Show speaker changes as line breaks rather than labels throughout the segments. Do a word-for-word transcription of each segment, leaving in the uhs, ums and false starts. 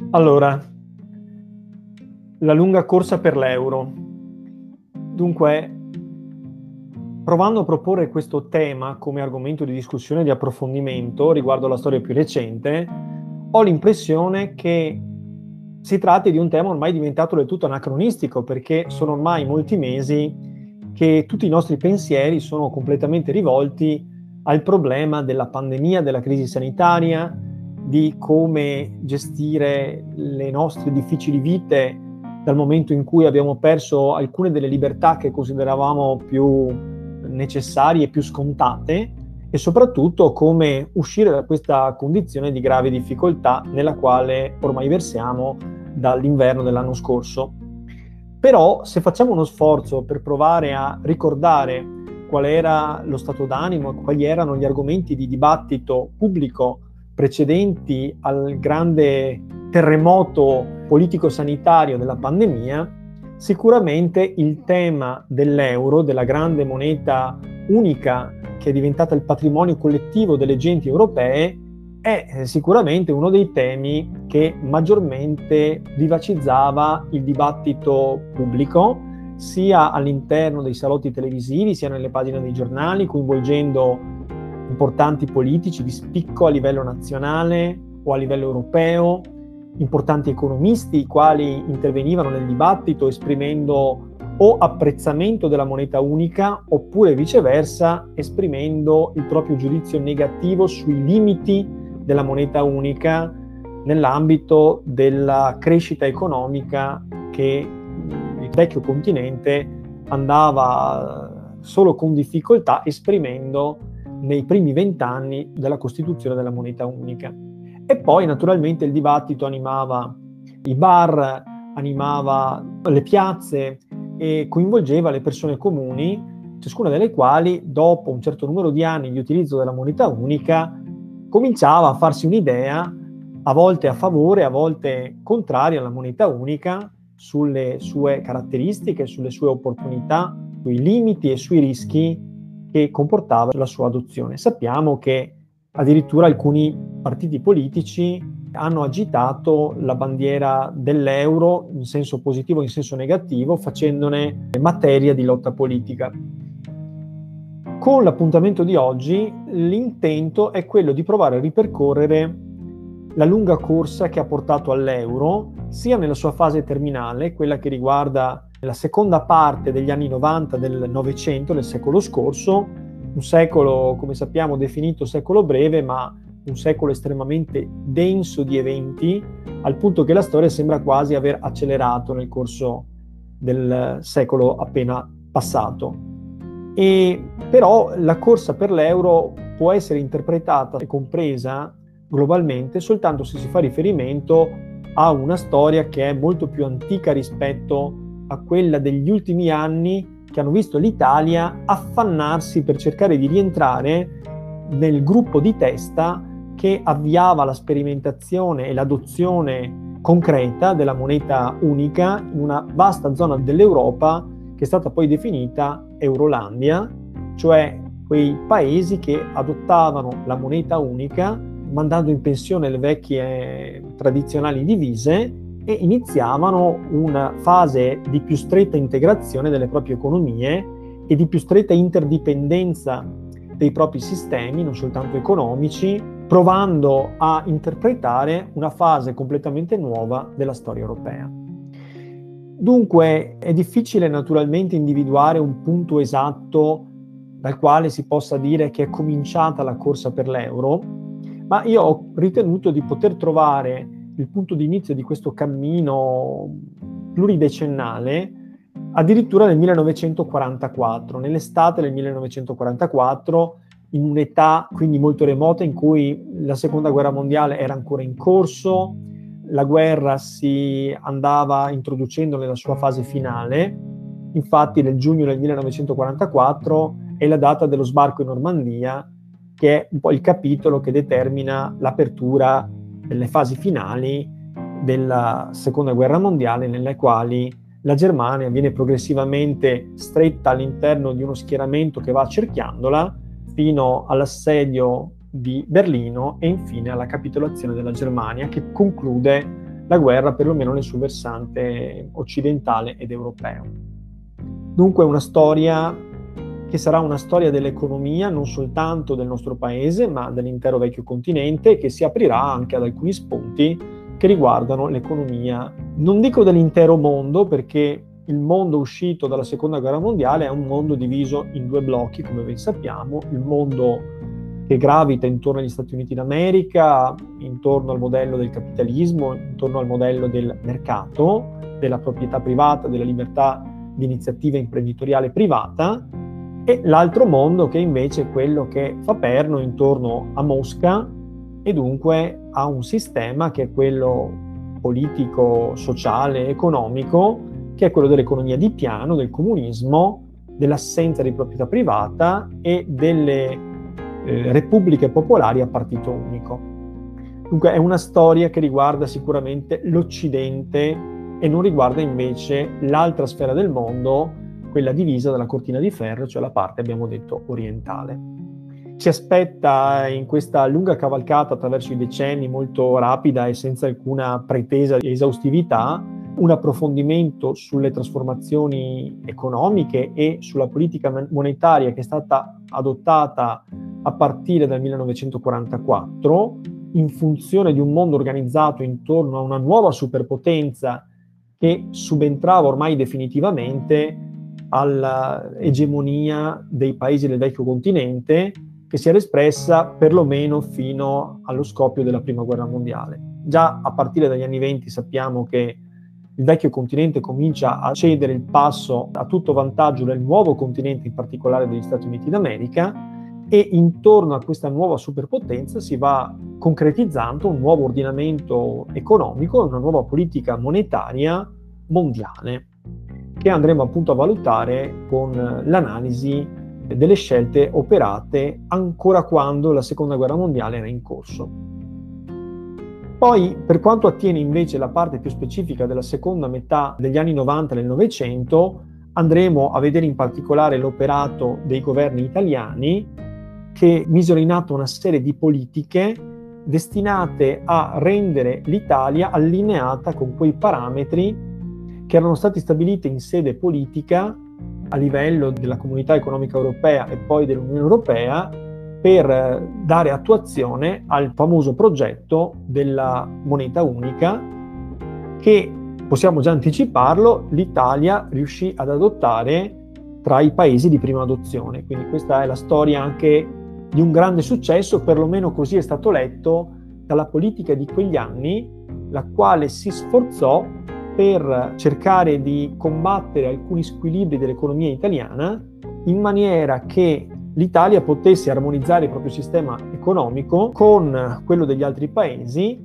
Allora, la lunga corsa per l'euro. Dunque, provando a proporre questo tema come argomento di discussione e di approfondimento riguardo alla storia più recente, ho l'impressione che si tratti di un tema ormai diventato del tutto anacronistico, perché sono ormai molti mesi che tutti i nostri pensieri sono completamente rivolti al problema della pandemia, della crisi sanitaria, di come gestire le nostre difficili vite dal momento in cui abbiamo perso alcune delle libertà che consideravamo più necessarie e più scontate, e soprattutto come uscire da questa condizione di grave difficoltà nella quale ormai versiamo dall'inverno dell'anno scorso. Però se facciamo uno sforzo per provare a ricordare qual era lo stato d'animo, quali erano gli argomenti di dibattito pubblico precedenti al grande terremoto politico-sanitario della pandemia, sicuramente il tema dell'euro, della grande moneta unica che è diventata il patrimonio collettivo delle genti europee, è sicuramente uno dei temi che maggiormente vivacizzava il dibattito pubblico, sia all'interno dei salotti televisivi, sia nelle pagine dei giornali, coinvolgendo importanti politici di spicco a livello nazionale o a livello europeo, importanti economisti, i quali intervenivano nel dibattito esprimendo o apprezzamento della moneta unica oppure viceversa esprimendo il proprio giudizio negativo sui limiti della moneta unica nell'ambito della crescita economica che il vecchio continente andava solo con difficoltà esprimendo nei primi vent'anni della costituzione della moneta unica. E poi naturalmente il dibattito animava i bar, animava le piazze e coinvolgeva le persone comuni, ciascuna delle quali dopo un certo numero di anni di utilizzo della moneta unica cominciava a farsi un'idea, a volte a favore, a volte contraria alla moneta unica, sulle sue caratteristiche, sulle sue opportunità, sui limiti e sui rischi che comportava la sua adozione. Sappiamo che addirittura alcuni partiti politici hanno agitato la bandiera dell'euro in senso positivo e in senso negativo, facendone materia di lotta politica. Con l'appuntamento di oggi l'intento è quello di provare a ripercorrere la lunga corsa che ha portato all'euro, sia nella sua fase terminale, quella che riguarda la seconda parte degli anni novanta del Novecento, del secolo scorso, un secolo, come sappiamo, definito secolo breve, ma un secolo estremamente denso di eventi, al punto che la storia sembra quasi aver accelerato nel corso del secolo appena passato. E però la corsa per l'euro può essere interpretata e compresa globalmente soltanto se si fa riferimento a una storia che è molto più antica rispetto a quella degli ultimi anni che hanno visto l'Italia affannarsi per cercare di rientrare nel gruppo di testa che avviava la sperimentazione e l'adozione concreta della moneta unica in una vasta zona dell'Europa che è stata poi definita Eurolandia, cioè quei paesi che adottavano la moneta unica mandando in pensione le vecchie tradizionali divise e iniziavano una fase di più stretta integrazione delle proprie economie e di più stretta interdipendenza dei propri sistemi, non soltanto economici, provando a interpretare una fase completamente nuova della storia europea. Dunque è difficile naturalmente individuare un punto esatto dal quale si possa dire che è cominciata la corsa per l'euro, ma io ho ritenuto di poter trovare il punto di inizio di questo cammino pluridecennale addirittura nel millenovecentoquarantaquattro, nell'estate del millenovecentoquarantaquattro, in un'età quindi molto remota in cui la seconda guerra mondiale era ancora in corso, la guerra si andava introducendo nella sua fase finale. Infatti nel giugno del millenovecentoquarantaquattro è la data dello sbarco in Normandia, che è un po' il capitolo che determina l'apertura delle fasi finali della seconda guerra mondiale, nelle quali la Germania viene progressivamente stretta all'interno di uno schieramento che va accerchiandola fino all'assedio di Berlino e infine alla capitolazione della Germania, che conclude la guerra, perlomeno nel suo versante occidentale ed europeo. Dunque una storia che sarà una storia dell'economia non soltanto del nostro paese, ma dell'intero vecchio continente, che si aprirà anche ad alcuni spunti che riguardano l'economia, non dico dell'intero mondo, perché il mondo uscito dalla seconda guerra mondiale è un mondo diviso in due blocchi, come ben sappiamo: il mondo che gravita intorno agli Stati Uniti d'America, intorno al modello del capitalismo, intorno al modello del mercato, della proprietà privata, della libertà di iniziativa imprenditoriale privata, e l'altro mondo che invece è quello che fa perno intorno a Mosca e dunque a un sistema che è quello politico, sociale, economico, che è quello dell'economia di piano, del comunismo, dell'assenza di proprietà privata e delle eh, repubbliche popolari a partito unico. Dunque è una storia che riguarda sicuramente l'Occidente e non riguarda invece l'altra sfera del mondo, quella divisa dalla cortina di ferro, cioè la parte, abbiamo detto, orientale. Ci aspetta in questa lunga cavalcata attraverso i decenni, molto rapida e senza alcuna pretesa di esaustività, un approfondimento sulle trasformazioni economiche e sulla politica monetaria che è stata adottata a partire dal millenovecentoquarantaquattro in funzione di un mondo organizzato intorno a una nuova superpotenza che subentrava ormai definitivamente all'egemonia dei paesi del vecchio continente, che si era espressa perlomeno fino allo scoppio della Prima Guerra Mondiale. Già a partire dagli anni venti sappiamo che il vecchio continente comincia a cedere il passo a tutto vantaggio del nuovo continente, in particolare degli Stati Uniti d'America, e intorno a questa nuova superpotenza si va concretizzando un nuovo ordinamento economico e una nuova politica monetaria mondiale, che andremo appunto a valutare con l'analisi delle scelte operate ancora quando la Seconda Guerra Mondiale era in corso. Poi, per quanto attiene invece la parte più specifica della seconda metà degli anni novanta del Novecento, andremo a vedere in particolare l'operato dei governi italiani, che misero in atto una serie di politiche destinate a rendere l'Italia allineata con quei parametri che erano stati stabiliti in sede politica a livello della Comunità Economica Europea e poi dell'Unione Europea per dare attuazione al famoso progetto della moneta unica, che, possiamo già anticiparlo, l'Italia riuscì ad adottare tra i paesi di prima adozione. Quindi questa è la storia anche di un grande successo, perlomeno così è stato letto dalla politica di quegli anni, la quale si sforzò per cercare di combattere alcuni squilibri dell'economia italiana in maniera che l'Italia potesse armonizzare il proprio sistema economico con quello degli altri paesi,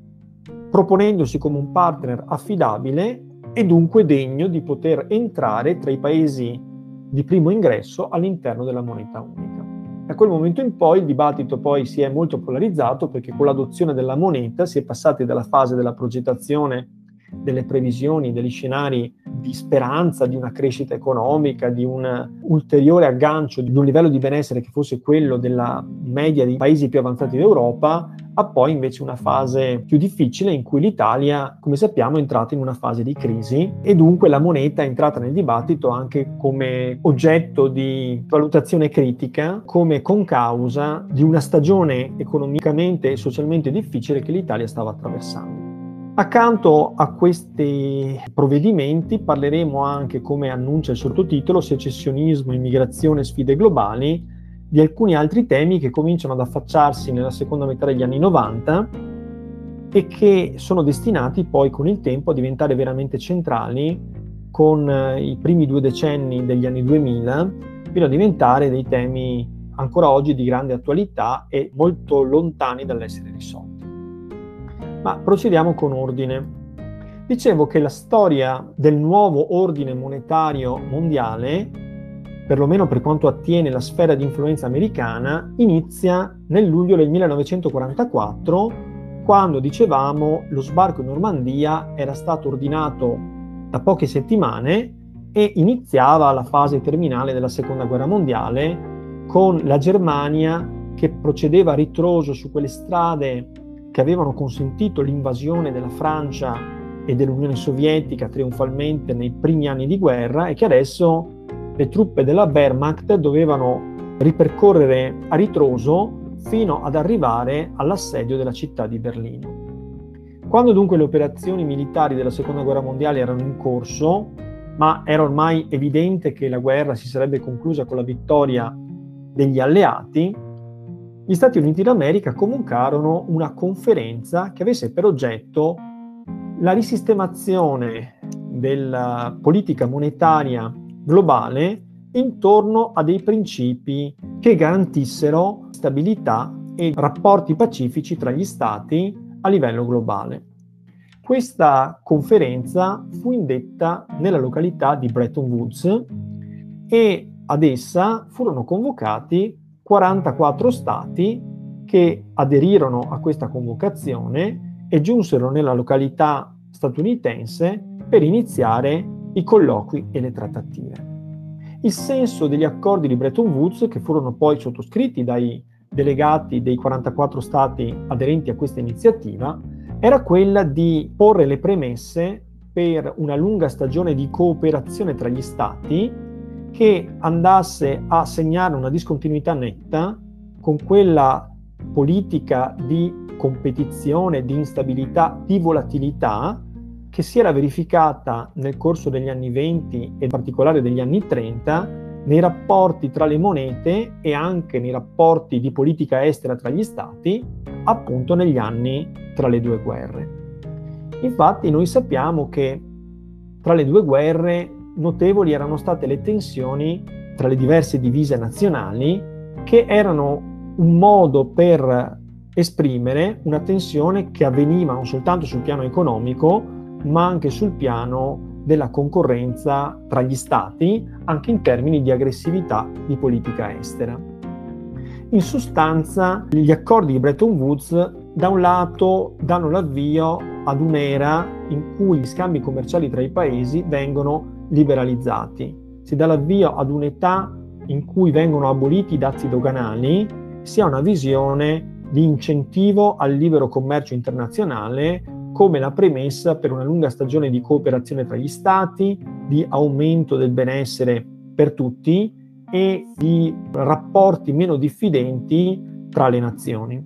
proponendosi come un partner affidabile e dunque degno di poter entrare tra i paesi di primo ingresso all'interno della moneta unica. Da quel momento in poi il dibattito poi si è molto polarizzato, perché con l'adozione della moneta si è passati dalla fase della progettazione, delle previsioni, degli scenari di speranza, di una crescita economica, di un ulteriore aggancio di un livello di benessere che fosse quello della media dei paesi più avanzati d'Europa, a poi invece una fase più difficile in cui l'Italia, come sappiamo, è entrata in una fase di crisi e dunque la moneta è entrata nel dibattito anche come oggetto di valutazione critica, come concausa di una stagione economicamente e socialmente difficile che l'Italia stava attraversando. Accanto a questi provvedimenti parleremo anche, come annuncia il sottotitolo, secessionismo, immigrazione, sfide globali, di alcuni altri temi che cominciano ad affacciarsi nella seconda metà degli anni novanta e che sono destinati poi con il tempo a diventare veramente centrali con i primi due decenni degli anni duemila, fino a diventare dei temi ancora oggi di grande attualità e molto lontani dall'essere risolti. Ma procediamo con ordine. Dicevo che la storia del nuovo ordine monetario mondiale, perlomeno per quanto attiene la sfera di influenza americana, inizia nel luglio del millenovecentoquarantaquattro, quando, dicevamo, lo sbarco in Normandia era stato ordinato da poche settimane e iniziava la fase terminale della Seconda Guerra Mondiale, con la Germania che procedeva a ritroso su quelle strade che che avevano consentito l'invasione della Francia e dell'Unione Sovietica trionfalmente nei primi anni di guerra, e che adesso le truppe della Wehrmacht dovevano ripercorrere a ritroso fino ad arrivare all'assedio della città di Berlino. Quando dunque le operazioni militari della Seconda Guerra Mondiale erano in corso, ma era ormai evidente che la guerra si sarebbe conclusa con la vittoria degli alleati, gli Stati Uniti d'America convocarono una conferenza che avesse per oggetto la risistemazione della politica monetaria globale intorno a dei principi che garantissero stabilità e rapporti pacifici tra gli Stati a livello globale. Questa conferenza fu indetta nella località di Bretton Woods e ad essa furono convocati quarantaquattro Stati che aderirono a questa convocazione e giunsero nella località statunitense per iniziare i colloqui e le trattative. Il senso degli accordi di Bretton Woods, che furono poi sottoscritti dai delegati dei quarantaquattro Stati aderenti a questa iniziativa, era quella di porre le premesse per una lunga stagione di cooperazione tra gli Stati che andasse a segnare una discontinuità netta con quella politica di competizione, di instabilità, di volatilità che si era verificata nel corso degli anni venti e in particolare degli anni trenta nei rapporti tra le monete e anche nei rapporti di politica estera tra gli Stati, appunto negli anni tra le due guerre. Infatti noi sappiamo che tra le due guerre notevoli erano state le tensioni tra le diverse divise nazionali, che erano un modo per esprimere una tensione che avveniva non soltanto sul piano economico, ma anche sul piano della concorrenza tra gli Stati, anche in termini di aggressività di politica estera. In sostanza, gli accordi di Bretton Woods, da un lato, danno l'avvio ad un'era in cui gli scambi commerciali tra i paesi vengono liberalizzati. Si dà l'avvio ad un'età in cui vengono aboliti i dazi doganali, si ha una visione di incentivo al libero commercio internazionale come la premessa per una lunga stagione di cooperazione tra gli Stati, di aumento del benessere per tutti e di rapporti meno diffidenti tra le nazioni.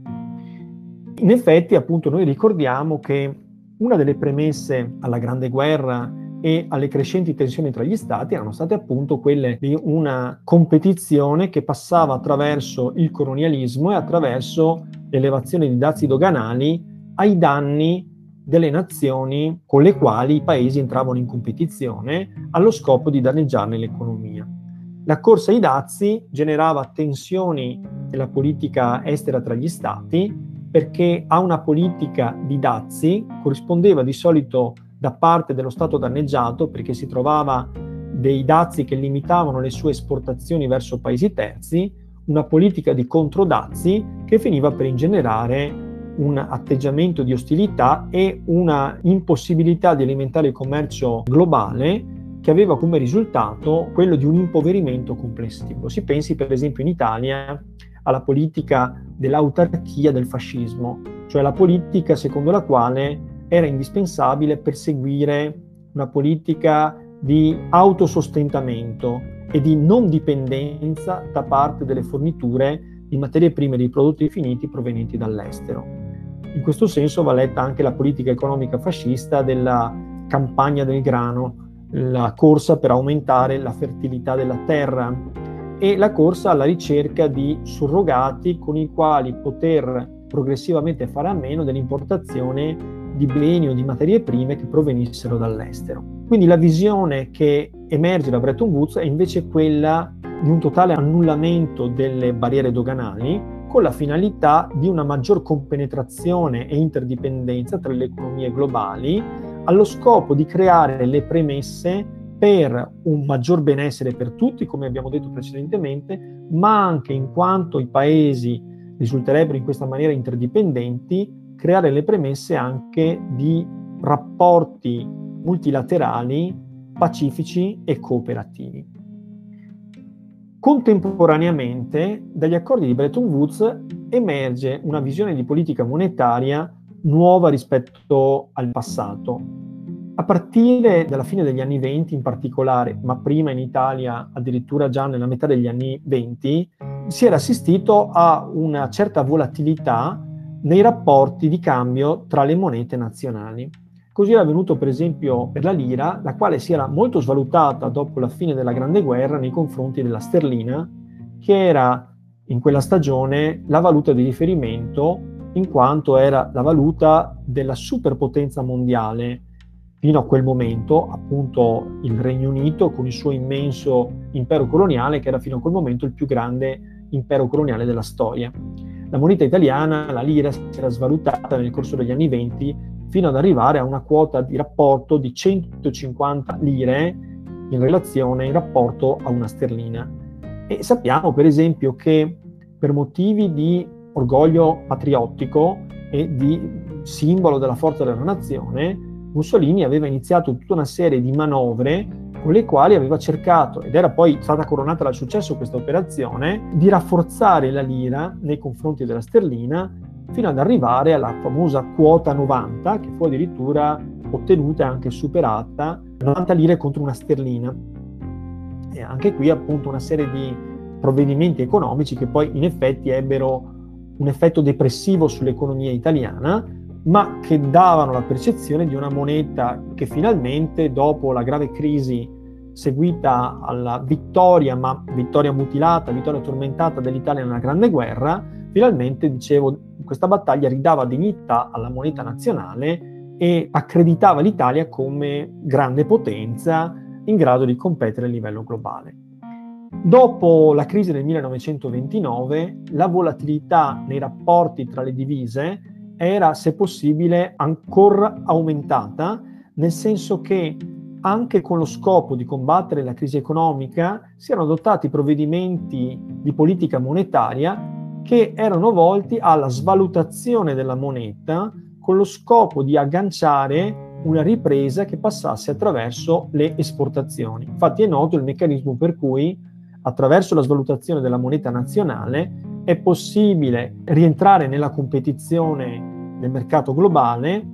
In effetti, appunto, noi ricordiamo che una delle premesse alla Grande Guerra e alle crescenti tensioni tra gli Stati erano state appunto quelle di una competizione che passava attraverso il colonialismo e attraverso l'elevazione di dazi doganali ai danni delle nazioni con le quali i paesi entravano in competizione allo scopo di danneggiarne l'economia. La corsa ai dazi generava tensioni nella politica estera tra gli Stati, perché a una politica di dazi corrispondeva di solito da parte dello Stato danneggiato, perché si trovava dei dazi che limitavano le sue esportazioni verso paesi terzi, una politica di controdazi che finiva per ingenerare un atteggiamento di ostilità e una impossibilità di alimentare il commercio globale, che aveva come risultato quello di un impoverimento complessivo. Si pensi per esempio in Italia alla politica dell'autarchia del fascismo, cioè la politica secondo la quale era indispensabile perseguire una politica di autosostentamento e di non dipendenza da parte delle forniture di materie prime e di prodotti finiti provenienti dall'estero. In questo senso va letta anche la politica economica fascista della campagna del grano, la corsa per aumentare la fertilità della terra e la corsa alla ricerca di surrogati con i quali poter progressivamente fare a meno dell'importazione di beni o di materie prime che provenissero dall'estero. Quindi la visione che emerge da Bretton Woods è invece quella di un totale annullamento delle barriere doganali, con la finalità di una maggior compenetrazione e interdipendenza tra le economie globali, allo scopo di creare le premesse per un maggior benessere per tutti, come abbiamo detto precedentemente, ma anche in quanto i paesi risulterebbero in questa maniera interdipendenti, creare le premesse anche di rapporti multilaterali, pacifici e cooperativi. Contemporaneamente, dagli accordi di Bretton Woods emerge una visione di politica monetaria nuova rispetto al passato. A partire dalla fine degli anni venti in particolare, ma prima in Italia addirittura già nella metà degli anni venti, si era assistito a una certa volatilità nei rapporti di cambio tra le monete nazionali. Così era avvenuto per esempio per la lira, la quale si era molto svalutata dopo la fine della Grande Guerra nei confronti della sterlina, che era in quella stagione la valuta di riferimento, in quanto era la valuta della superpotenza mondiale fino a quel momento, appunto il Regno Unito con il suo immenso impero coloniale, che era fino a quel momento il più grande impero coloniale della storia. La moneta italiana, la lira, si era svalutata nel corso degli anni venti fino ad arrivare a una quota di rapporto di centocinquanta lire in relazione, in rapporto a una sterlina. E sappiamo per esempio che per motivi di orgoglio patriottico e di simbolo della forza della nazione, Mussolini aveva iniziato tutta una serie di manovre con le quali aveva cercato, ed era poi stata coronata dal successo questa operazione, di rafforzare la lira nei confronti della sterlina fino ad arrivare alla famosa quota novanta, che fu addirittura ottenuta e anche superata, novanta lire contro una sterlina. E anche qui appunto una serie di provvedimenti economici che poi in effetti ebbero un effetto depressivo sull'economia italiana, ma che davano la percezione di una moneta che finalmente, dopo la grave crisi seguita alla vittoria, ma vittoria mutilata, vittoria tormentata dell'Italia nella Grande Guerra, finalmente, dicevo, questa battaglia ridava dignità alla moneta nazionale e accreditava l'Italia come grande potenza in grado di competere a livello globale. Dopo la crisi del millenovecentoventinove, la volatilità nei rapporti tra le divise era, se possibile, ancora aumentata, nel senso che anche con lo scopo di combattere la crisi economica si erano adottati provvedimenti di politica monetaria che erano volti alla svalutazione della moneta con lo scopo di agganciare una ripresa che passasse attraverso le esportazioni. Infatti è noto il meccanismo per cui attraverso la svalutazione della moneta nazionale è possibile rientrare nella competizione del mercato globale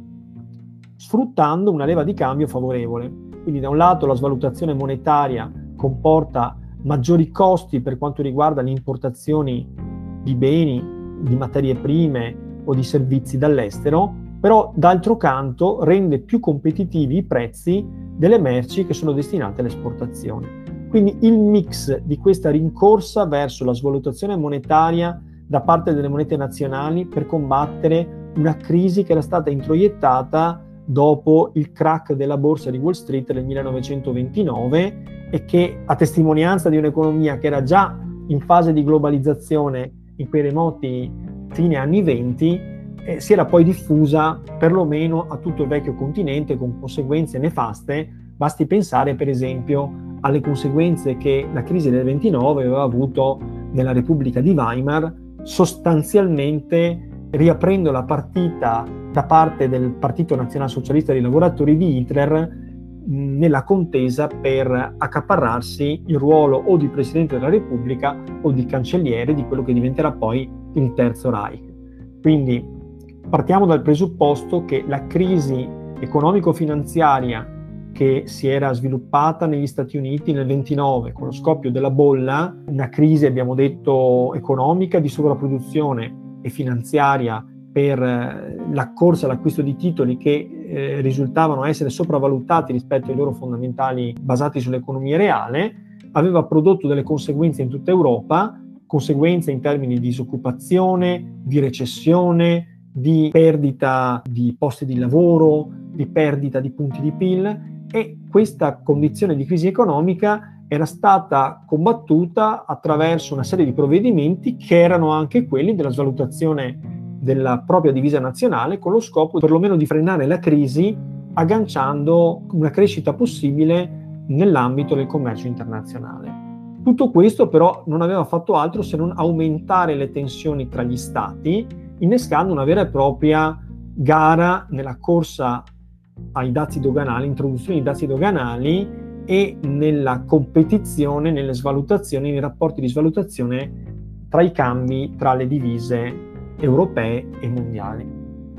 sfruttando una leva di cambio favorevole. Quindi da un lato la svalutazione monetaria comporta maggiori costi per quanto riguarda le importazioni di beni, di materie prime o di servizi dall'estero, però d'altro canto rende più competitivi i prezzi delle merci che sono destinate all'esportazione. Quindi il mix di questa rincorsa verso la svalutazione monetaria da parte delle monete nazionali per combattere una crisi che era stata introiettata dopo il crack della borsa di Wall Street nel millenovecentoventinove e che, a testimonianza di un'economia che era già in fase di globalizzazione in quei remoti fine anni venti, eh, si era poi diffusa perlomeno a tutto il vecchio continente con conseguenze nefaste. Basti pensare per esempio alle conseguenze che la crisi del ventinove aveva avuto nella Repubblica di Weimar, sostanzialmente riaprendo la partita da parte del Partito Nazionalsocialista dei Lavoratori di Hitler mh, nella contesa per accaparrarsi il ruolo o di Presidente della Repubblica o di cancelliere di quello che diventerà poi il Terzo Reich. Quindi partiamo dal presupposto che la crisi economico-finanziaria che si era sviluppata negli Stati Uniti nel ventinove con lo scoppio della bolla, una crisi, abbiamo detto, economica di sovrapproduzione e finanziaria per eh, la corsa all'acquisto di titoli che eh, risultavano essere sopravvalutati rispetto ai loro fondamentali basati sull'economia reale, aveva prodotto delle conseguenze in tutta Europa, conseguenze in termini di disoccupazione, di recessione, di perdita di posti di lavoro, di perdita di punti di P I L. E questa condizione di crisi economica era stata combattuta attraverso una serie di provvedimenti che erano anche quelli della svalutazione della propria divisa nazionale, con lo scopo perlomeno di frenare la crisi agganciando una crescita possibile nell'ambito del commercio internazionale. Tutto questo però non aveva fatto altro se non aumentare le tensioni tra gli stati, innescando una vera e propria gara nella corsa ai dazi doganali, introduzione di dazi doganali e nella competizione, nelle svalutazioni, nei rapporti di svalutazione tra i cambi tra le divise europee e mondiali.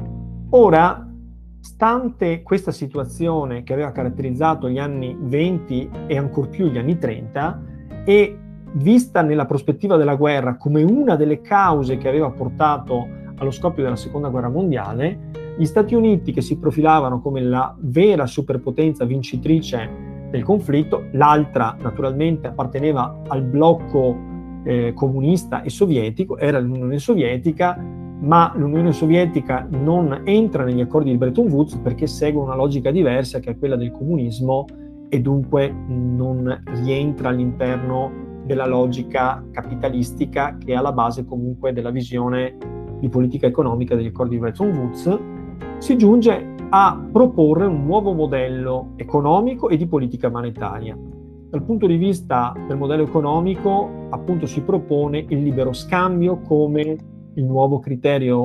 Ora, stante questa situazione che aveva caratterizzato gli anni venti e ancor più gli anni trenta, e vista nella prospettiva della guerra come una delle cause che aveva portato allo scoppio della Seconda Guerra Mondiale, gli Stati Uniti, che si profilavano come la vera superpotenza vincitrice del conflitto, l'altra naturalmente apparteneva al blocco eh, comunista e sovietico, era l'Unione Sovietica, ma l'Unione Sovietica non entra negli accordi di Bretton Woods perché segue una logica diversa, che è quella del comunismo, e dunque non rientra all'interno della logica capitalistica che è alla base comunque della visione di politica economica degli accordi di Bretton Woods. Si giunge a proporre un nuovo modello economico e di politica monetaria. Dal punto di vista del modello economico, appunto, si propone il libero scambio come il nuovo criterio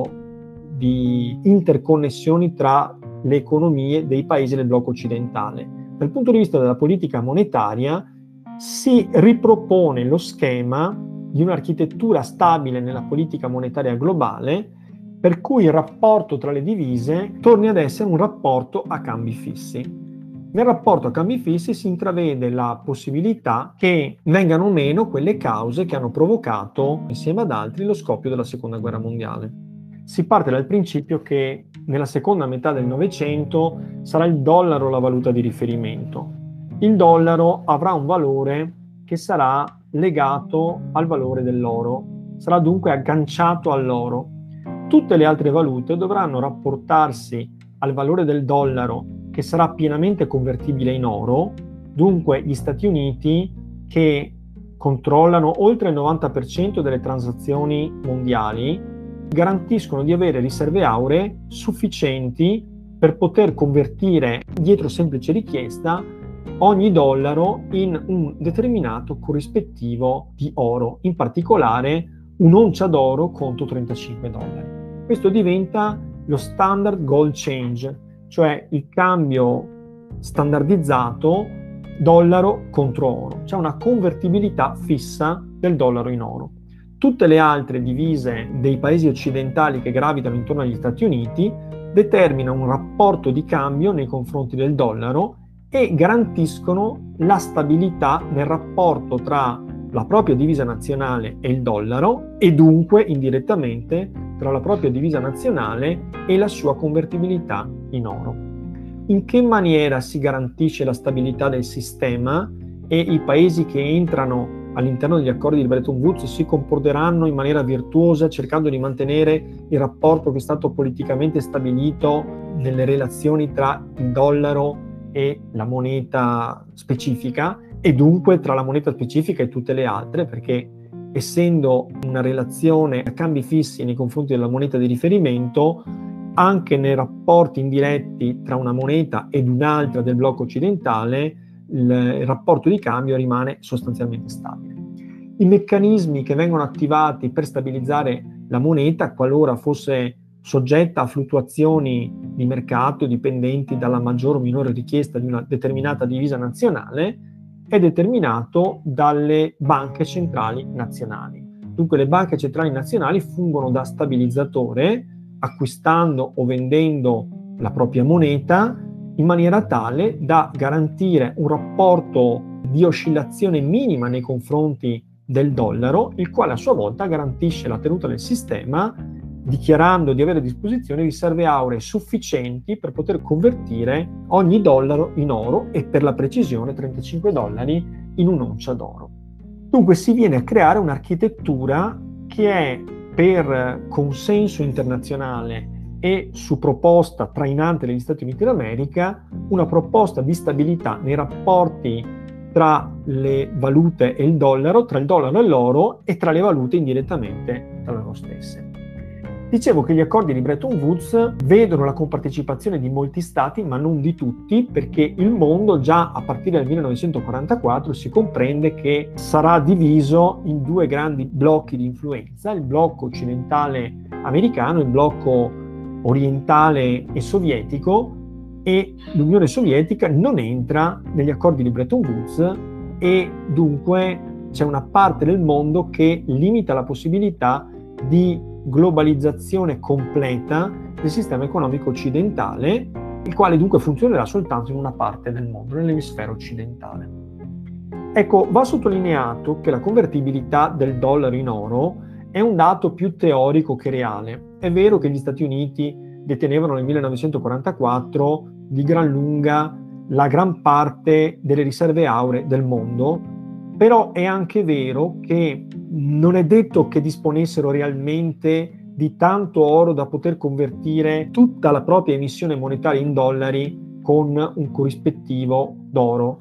di interconnessioni tra le economie dei paesi del blocco occidentale. Dal punto di vista della politica monetaria, si ripropone lo schema di un'architettura stabile nella politica monetaria globale, per cui il rapporto tra le divise torni ad essere un rapporto a cambi fissi. Nel rapporto a cambi fissi si intravede la possibilità che vengano meno quelle cause che hanno provocato, insieme ad altri, lo scoppio della Seconda Guerra Mondiale. Si parte dal principio che nella seconda metà del Novecento sarà il dollaro la valuta di riferimento. Il dollaro avrà un valore che sarà legato al valore dell'oro, sarà dunque agganciato all'oro. Tutte le altre valute dovranno rapportarsi al valore del dollaro, che sarà pienamente convertibile in oro. Dunque gli Stati Uniti, che controllano oltre il novanta per cento delle transazioni mondiali, garantiscono di avere riserve auree sufficienti per poter convertire, dietro semplice richiesta, ogni dollaro in un determinato corrispettivo di oro, in particolare un'oncia d'oro contro trentacinque dollari. Questo diventa lo standard gold change, cioè il cambio standardizzato dollaro contro oro. C'è una convertibilità fissa del dollaro in oro. Tutte le altre divise dei paesi occidentali che gravitano intorno agli Stati Uniti determinano un rapporto di cambio nei confronti del dollaro e garantiscono la stabilità nel rapporto tra la propria divisa nazionale e il dollaro, e dunque indirettamente tra la propria divisa nazionale e la sua convertibilità in oro. In che maniera si garantisce la stabilità del sistema e i paesi che entrano all'interno degli accordi di Bretton Woods si comporteranno in maniera virtuosa cercando di mantenere il rapporto che è stato politicamente stabilito nelle relazioni tra il dollaro e la moneta specifica, e dunque tra la moneta specifica e tutte le altre, perché essendo una relazione a cambi fissi nei confronti della moneta di riferimento, anche nei rapporti indiretti tra una moneta ed un'altra del blocco occidentale, il rapporto di cambio rimane sostanzialmente stabile. I meccanismi che vengono attivati per stabilizzare la moneta, qualora fosse soggetta a fluttuazioni di mercato dipendenti dalla maggiore o minore richiesta di una determinata divisa nazionale, è determinato dalle banche centrali nazionali. Dunque le banche centrali nazionali fungono da stabilizzatore, acquistando o vendendo la propria moneta in maniera tale da garantire un rapporto di oscillazione minima nei confronti del dollaro, il quale a sua volta garantisce la tenuta del sistema, dichiarando di avere a disposizione riserve auree sufficienti per poter convertire ogni dollaro in oro, e per la precisione trentacinque dollari in un'oncia d'oro. Dunque si viene a creare un'architettura che è, per consenso internazionale e su proposta trainante degli Stati Uniti d'America, una proposta di stabilità nei rapporti tra le valute e il dollaro, tra il dollaro e l'oro, e tra le valute indirettamente tra loro stesse. Dicevo che gli accordi di Bretton Woods vedono la compartecipazione di molti stati, ma non di tutti, perché il mondo già a partire dal millenovecentoquarantaquattro si comprende che sarà diviso in due grandi blocchi di influenza: il blocco occidentale americano e il blocco orientale e sovietico, e l'Unione Sovietica non entra negli accordi di Bretton Woods, e dunque c'è una parte del mondo che limita la possibilità di globalizzazione completa del sistema economico occidentale, il quale dunque funzionerà soltanto in una parte del mondo, nell'emisfero occidentale. Ecco, va sottolineato che la convertibilità del dollaro in oro è un dato più teorico che reale. È vero che gli Stati Uniti detenevano nel millenovecentoquarantaquattro di gran lunga la gran parte delle riserve auree del mondo, però è anche vero che non è detto che disponessero realmente di tanto oro da poter convertire tutta la propria emissione monetaria in dollari con un corrispettivo d'oro.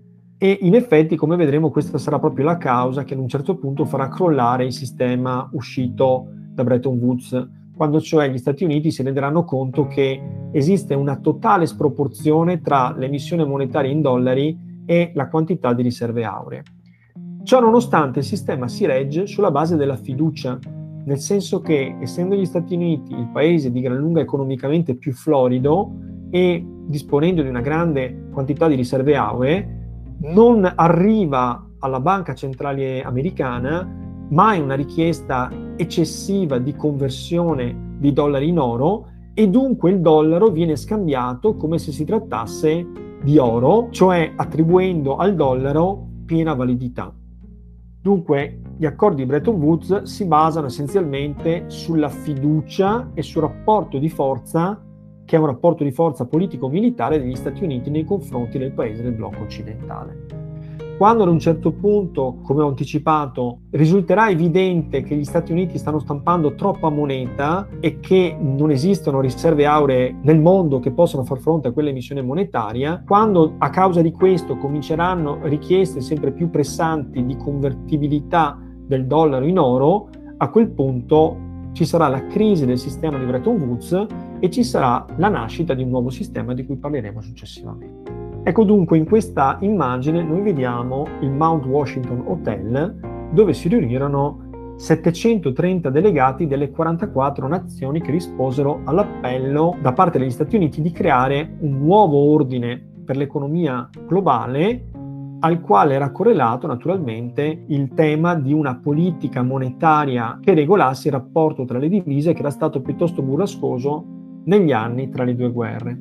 E in effetti, come vedremo, questa sarà proprio la causa che ad un certo punto farà crollare il sistema uscito da Bretton Woods, quando cioè gli Stati Uniti si renderanno conto che esiste una totale sproporzione tra l'emissione monetaria in dollari e la quantità di riserve auree. Ciò nonostante il sistema si regge sulla base della fiducia, nel senso che, essendo gli Stati Uniti il paese di gran lunga economicamente più florido e disponendo di una grande quantità di riserve auree, non arriva alla Banca Centrale Americana mai una richiesta eccessiva di conversione di dollari in oro, e dunque il dollaro viene scambiato come se si trattasse di oro, cioè attribuendo al dollaro piena validità. Dunque, gli accordi di Bretton Woods si basano essenzialmente sulla fiducia e sul rapporto di forza, che è un rapporto di forza politico-militare degli Stati Uniti nei confronti del paese del blocco occidentale. Quando ad un certo punto, come ho anticipato, risulterà evidente che gli Stati Uniti stanno stampando troppa moneta e che non esistono riserve auree nel mondo che possano far fronte a quell'emissione monetaria, quando a causa di questo cominceranno richieste sempre più pressanti di convertibilità del dollaro in oro, a quel punto ci sarà la crisi del sistema di Bretton Woods e ci sarà la nascita di un nuovo sistema di cui parleremo successivamente. Ecco dunque, in questa immagine noi vediamo il Mount Washington Hotel, dove si riunirono settecentotrenta delegati delle quarantaquattro nazioni che risposero all'appello da parte degli Stati Uniti di creare un nuovo ordine per l'economia globale, al quale era correlato naturalmente il tema di una politica monetaria che regolasse il rapporto tra le divise, che era stato piuttosto burrascoso negli anni tra le due guerre.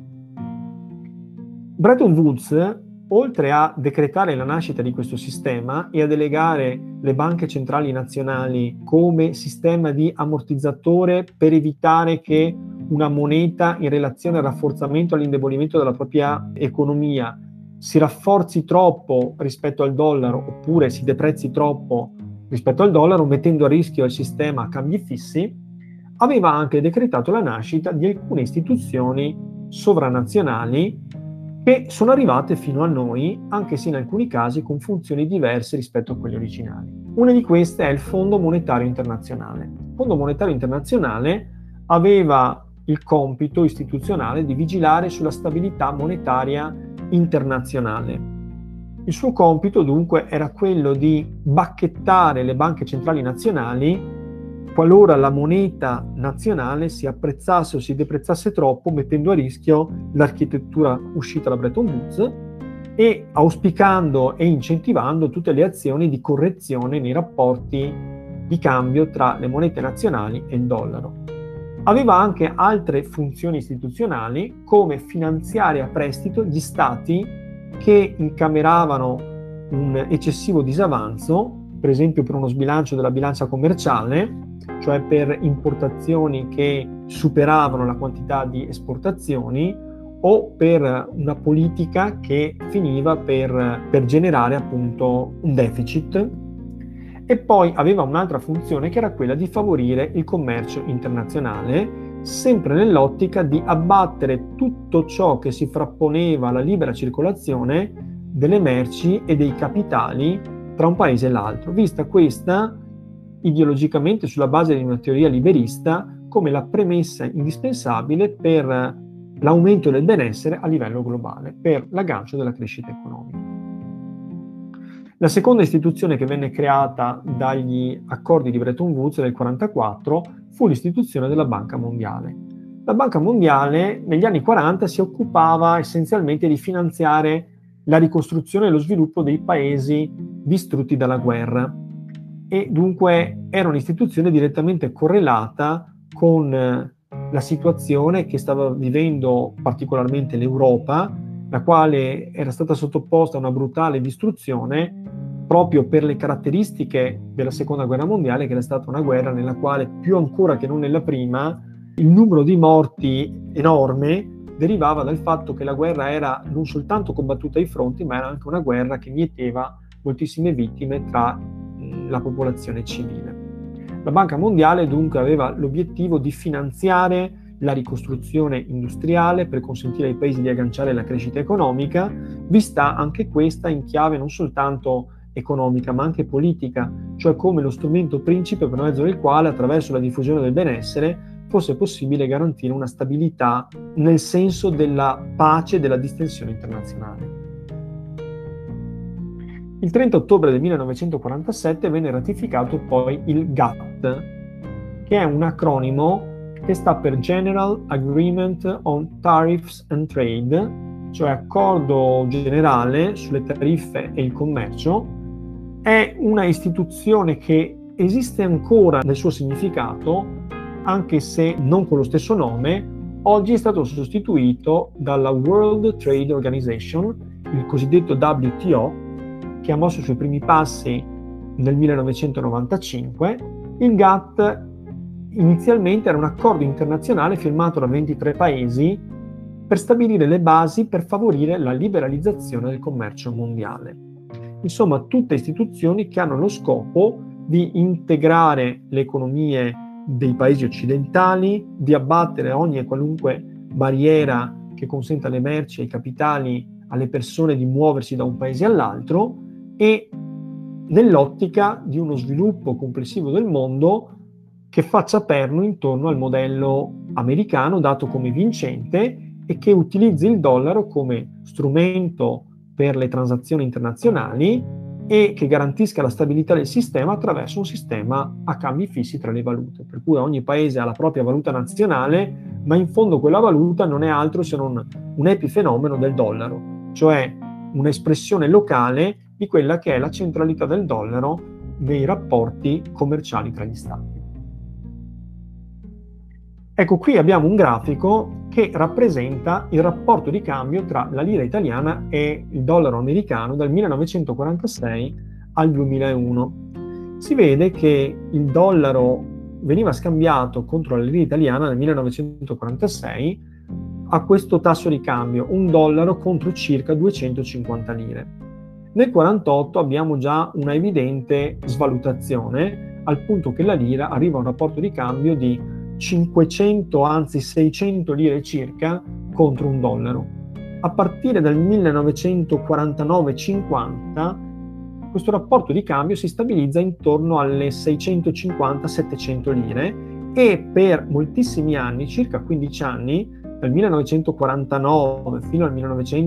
Bretton Woods, oltre a decretare la nascita di questo sistema e a delegare le banche centrali nazionali come sistema di ammortizzatore per evitare che una moneta in relazione al rafforzamento e all'indebolimento della propria economia si rafforzi troppo rispetto al dollaro oppure si deprezzi troppo rispetto al dollaro, mettendo a rischio il sistema a cambi fissi, aveva anche decretato la nascita di alcune istituzioni sovranazionali che sono arrivate fino a noi, anche se in alcuni casi con funzioni diverse rispetto a quelle originali. Una di queste è il Fondo Monetario Internazionale. Il Fondo Monetario Internazionale aveva il compito istituzionale di vigilare sulla stabilità monetaria internazionale. Il suo compito dunque era quello di bacchettare le banche centrali nazionali qualora la moneta nazionale si apprezzasse o si deprezzasse troppo, mettendo a rischio l'architettura uscita da Bretton Woods e auspicando e incentivando tutte le azioni di correzione nei rapporti di cambio tra le monete nazionali e il dollaro. Aveva anche altre funzioni istituzionali, come finanziare a prestito gli stati che incameravano un eccessivo disavanzo, per esempio per uno sbilancio della bilancia commerciale, cioè per importazioni che superavano la quantità di esportazioni, o per una politica che finiva per, per generare appunto un deficit. E poi aveva un'altra funzione, che era quella di favorire il commercio internazionale, sempre nell'ottica di abbattere tutto ciò che si frapponeva alla libera circolazione delle merci e dei capitali tra un paese e l'altro, vista questa ideologicamente sulla base di una teoria liberista come la premessa indispensabile per l'aumento del benessere a livello globale, per l'aggancio della crescita economica. La seconda istituzione che venne creata dagli accordi di Bretton Woods del millenovecentoquarantaquattro fu l'istituzione della Banca Mondiale. La Banca Mondiale negli anni quaranta si occupava essenzialmente di finanziare la ricostruzione e lo sviluppo dei paesi distrutti dalla guerra, e dunque era un'istituzione direttamente correlata con la situazione che stava vivendo particolarmente l'Europa, la quale era stata sottoposta a una brutale distruzione proprio per le caratteristiche della Seconda Guerra Mondiale, che era stata una guerra nella quale, più ancora che non nella prima, il numero di morti enorme derivava dal fatto che la guerra era non soltanto combattuta ai fronti, ma era anche una guerra che mieteva moltissime vittime tra la popolazione civile. La Banca Mondiale dunque aveva l'obiettivo di finanziare la ricostruzione industriale per consentire ai paesi di agganciare la crescita economica, vista anche questa in chiave non soltanto economica ma anche politica, cioè come lo strumento principe per mezzo del quale, attraverso la diffusione del benessere, fosse possibile garantire una stabilità nel senso della pace e della distensione internazionale. Il trenta ottobre del millenovecentoquarantasette venne ratificato poi il G A T T, che è un acronimo che sta per General Agreement on Tariffs and Trade, cioè accordo generale sulle tariffe e il commercio. È una istituzione che esiste ancora nel suo significato, anche se non con lo stesso nome. Oggi è stato sostituito dalla World Trade Organization, il cosiddetto W T O, che ha mosso i suoi primi passi nel millenovecentonovantacinque. Il G A T T inizialmente era un accordo internazionale firmato da ventitré paesi per stabilire le basi per favorire la liberalizzazione del commercio mondiale. Insomma, tutte istituzioni che hanno lo scopo di integrare le economie dei paesi occidentali, di abbattere ogni e qualunque barriera che consenta alle merci, ai capitali, alle persone di muoversi da un paese all'altro, e nell'ottica di uno sviluppo complessivo del mondo che faccia perno intorno al modello americano dato come vincente e che utilizzi il dollaro come strumento per le transazioni internazionali e che garantisca la stabilità del sistema attraverso un sistema a cambi fissi tra le valute, per cui ogni paese ha la propria valuta nazionale, ma in fondo quella valuta non è altro se non un epifenomeno del dollaro, cioè un'espressione locale di quella che è la centralità del dollaro nei rapporti commerciali tra gli stati. Ecco, qui abbiamo un grafico che rappresenta il rapporto di cambio tra la lira italiana e il dollaro americano dal millenovecentoquarantasei al duemilauno. Si vede che il dollaro veniva scambiato contro la lira italiana nel millenovecentoquarantasei a questo tasso di cambio, un dollaro contro circa duecentocinquanta lire. Nel quarantotto abbiamo già una evidente svalutazione, al punto che la lira arriva a un rapporto di cambio di cinquecento, anzi seicento lire circa contro un dollaro. A partire dal millenovecentoquarantanove cinquanta questo rapporto di cambio si stabilizza intorno alle seicentocinquanta settecento lire e per moltissimi anni, circa quindici anni, dal millenovecentoquarantanove fino al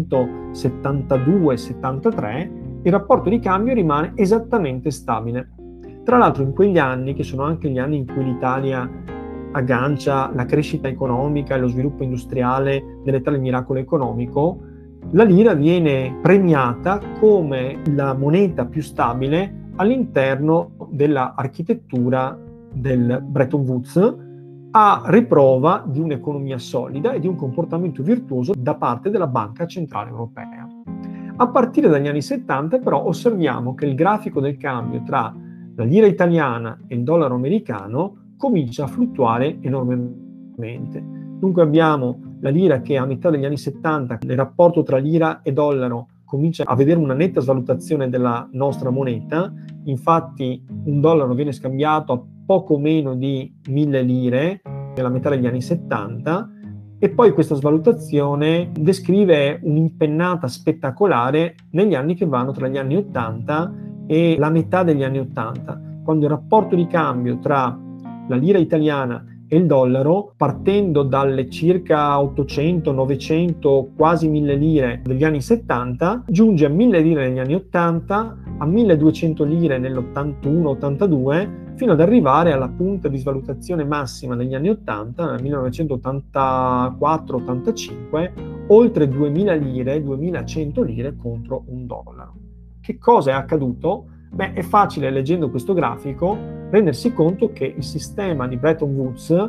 millenovecentosettantadue settantatré, il rapporto di cambio rimane esattamente stabile. Tra l'altro in quegli anni, che sono anche gli anni in cui l'Italia aggancia la crescita economica e lo sviluppo industriale nell'età del miracolo economico, la lira viene premiata come la moneta più stabile all'interno dell'architettura del Bretton Woods, a riprova di un'economia solida e di un comportamento virtuoso da parte della Banca Centrale Europea. A partire dagli anni settanta però osserviamo che il grafico del cambio tra la lira italiana e il dollaro americano comincia a fluttuare enormemente. Dunque abbiamo la lira che a metà degli anni settanta, nel rapporto tra lira e dollaro, comincia a vedere una netta svalutazione della nostra moneta. Infatti un dollaro viene scambiato a poco meno di mille lire nella metà degli anni settanta, e poi questa svalutazione descrive un'impennata spettacolare negli anni che vanno tra gli anni ottanta e la metà degli anni ottanta, quando il rapporto di cambio tra la lira italiana e il dollaro, partendo dalle circa ottocento, novecento, quasi mille lire degli anni settanta, giunge a mille lire negli anni ottanta, a milleduecento lire nell'ottantuno ottantadue, fino ad arrivare alla punta di svalutazione massima degli anni ottanta, nel millenovecentottantaquattro ottantacinque, oltre duemila lire, duemilacento lire contro un dollaro. Che cosa è accaduto? Beh, è facile, leggendo questo grafico, rendersi conto che il sistema di Bretton Woods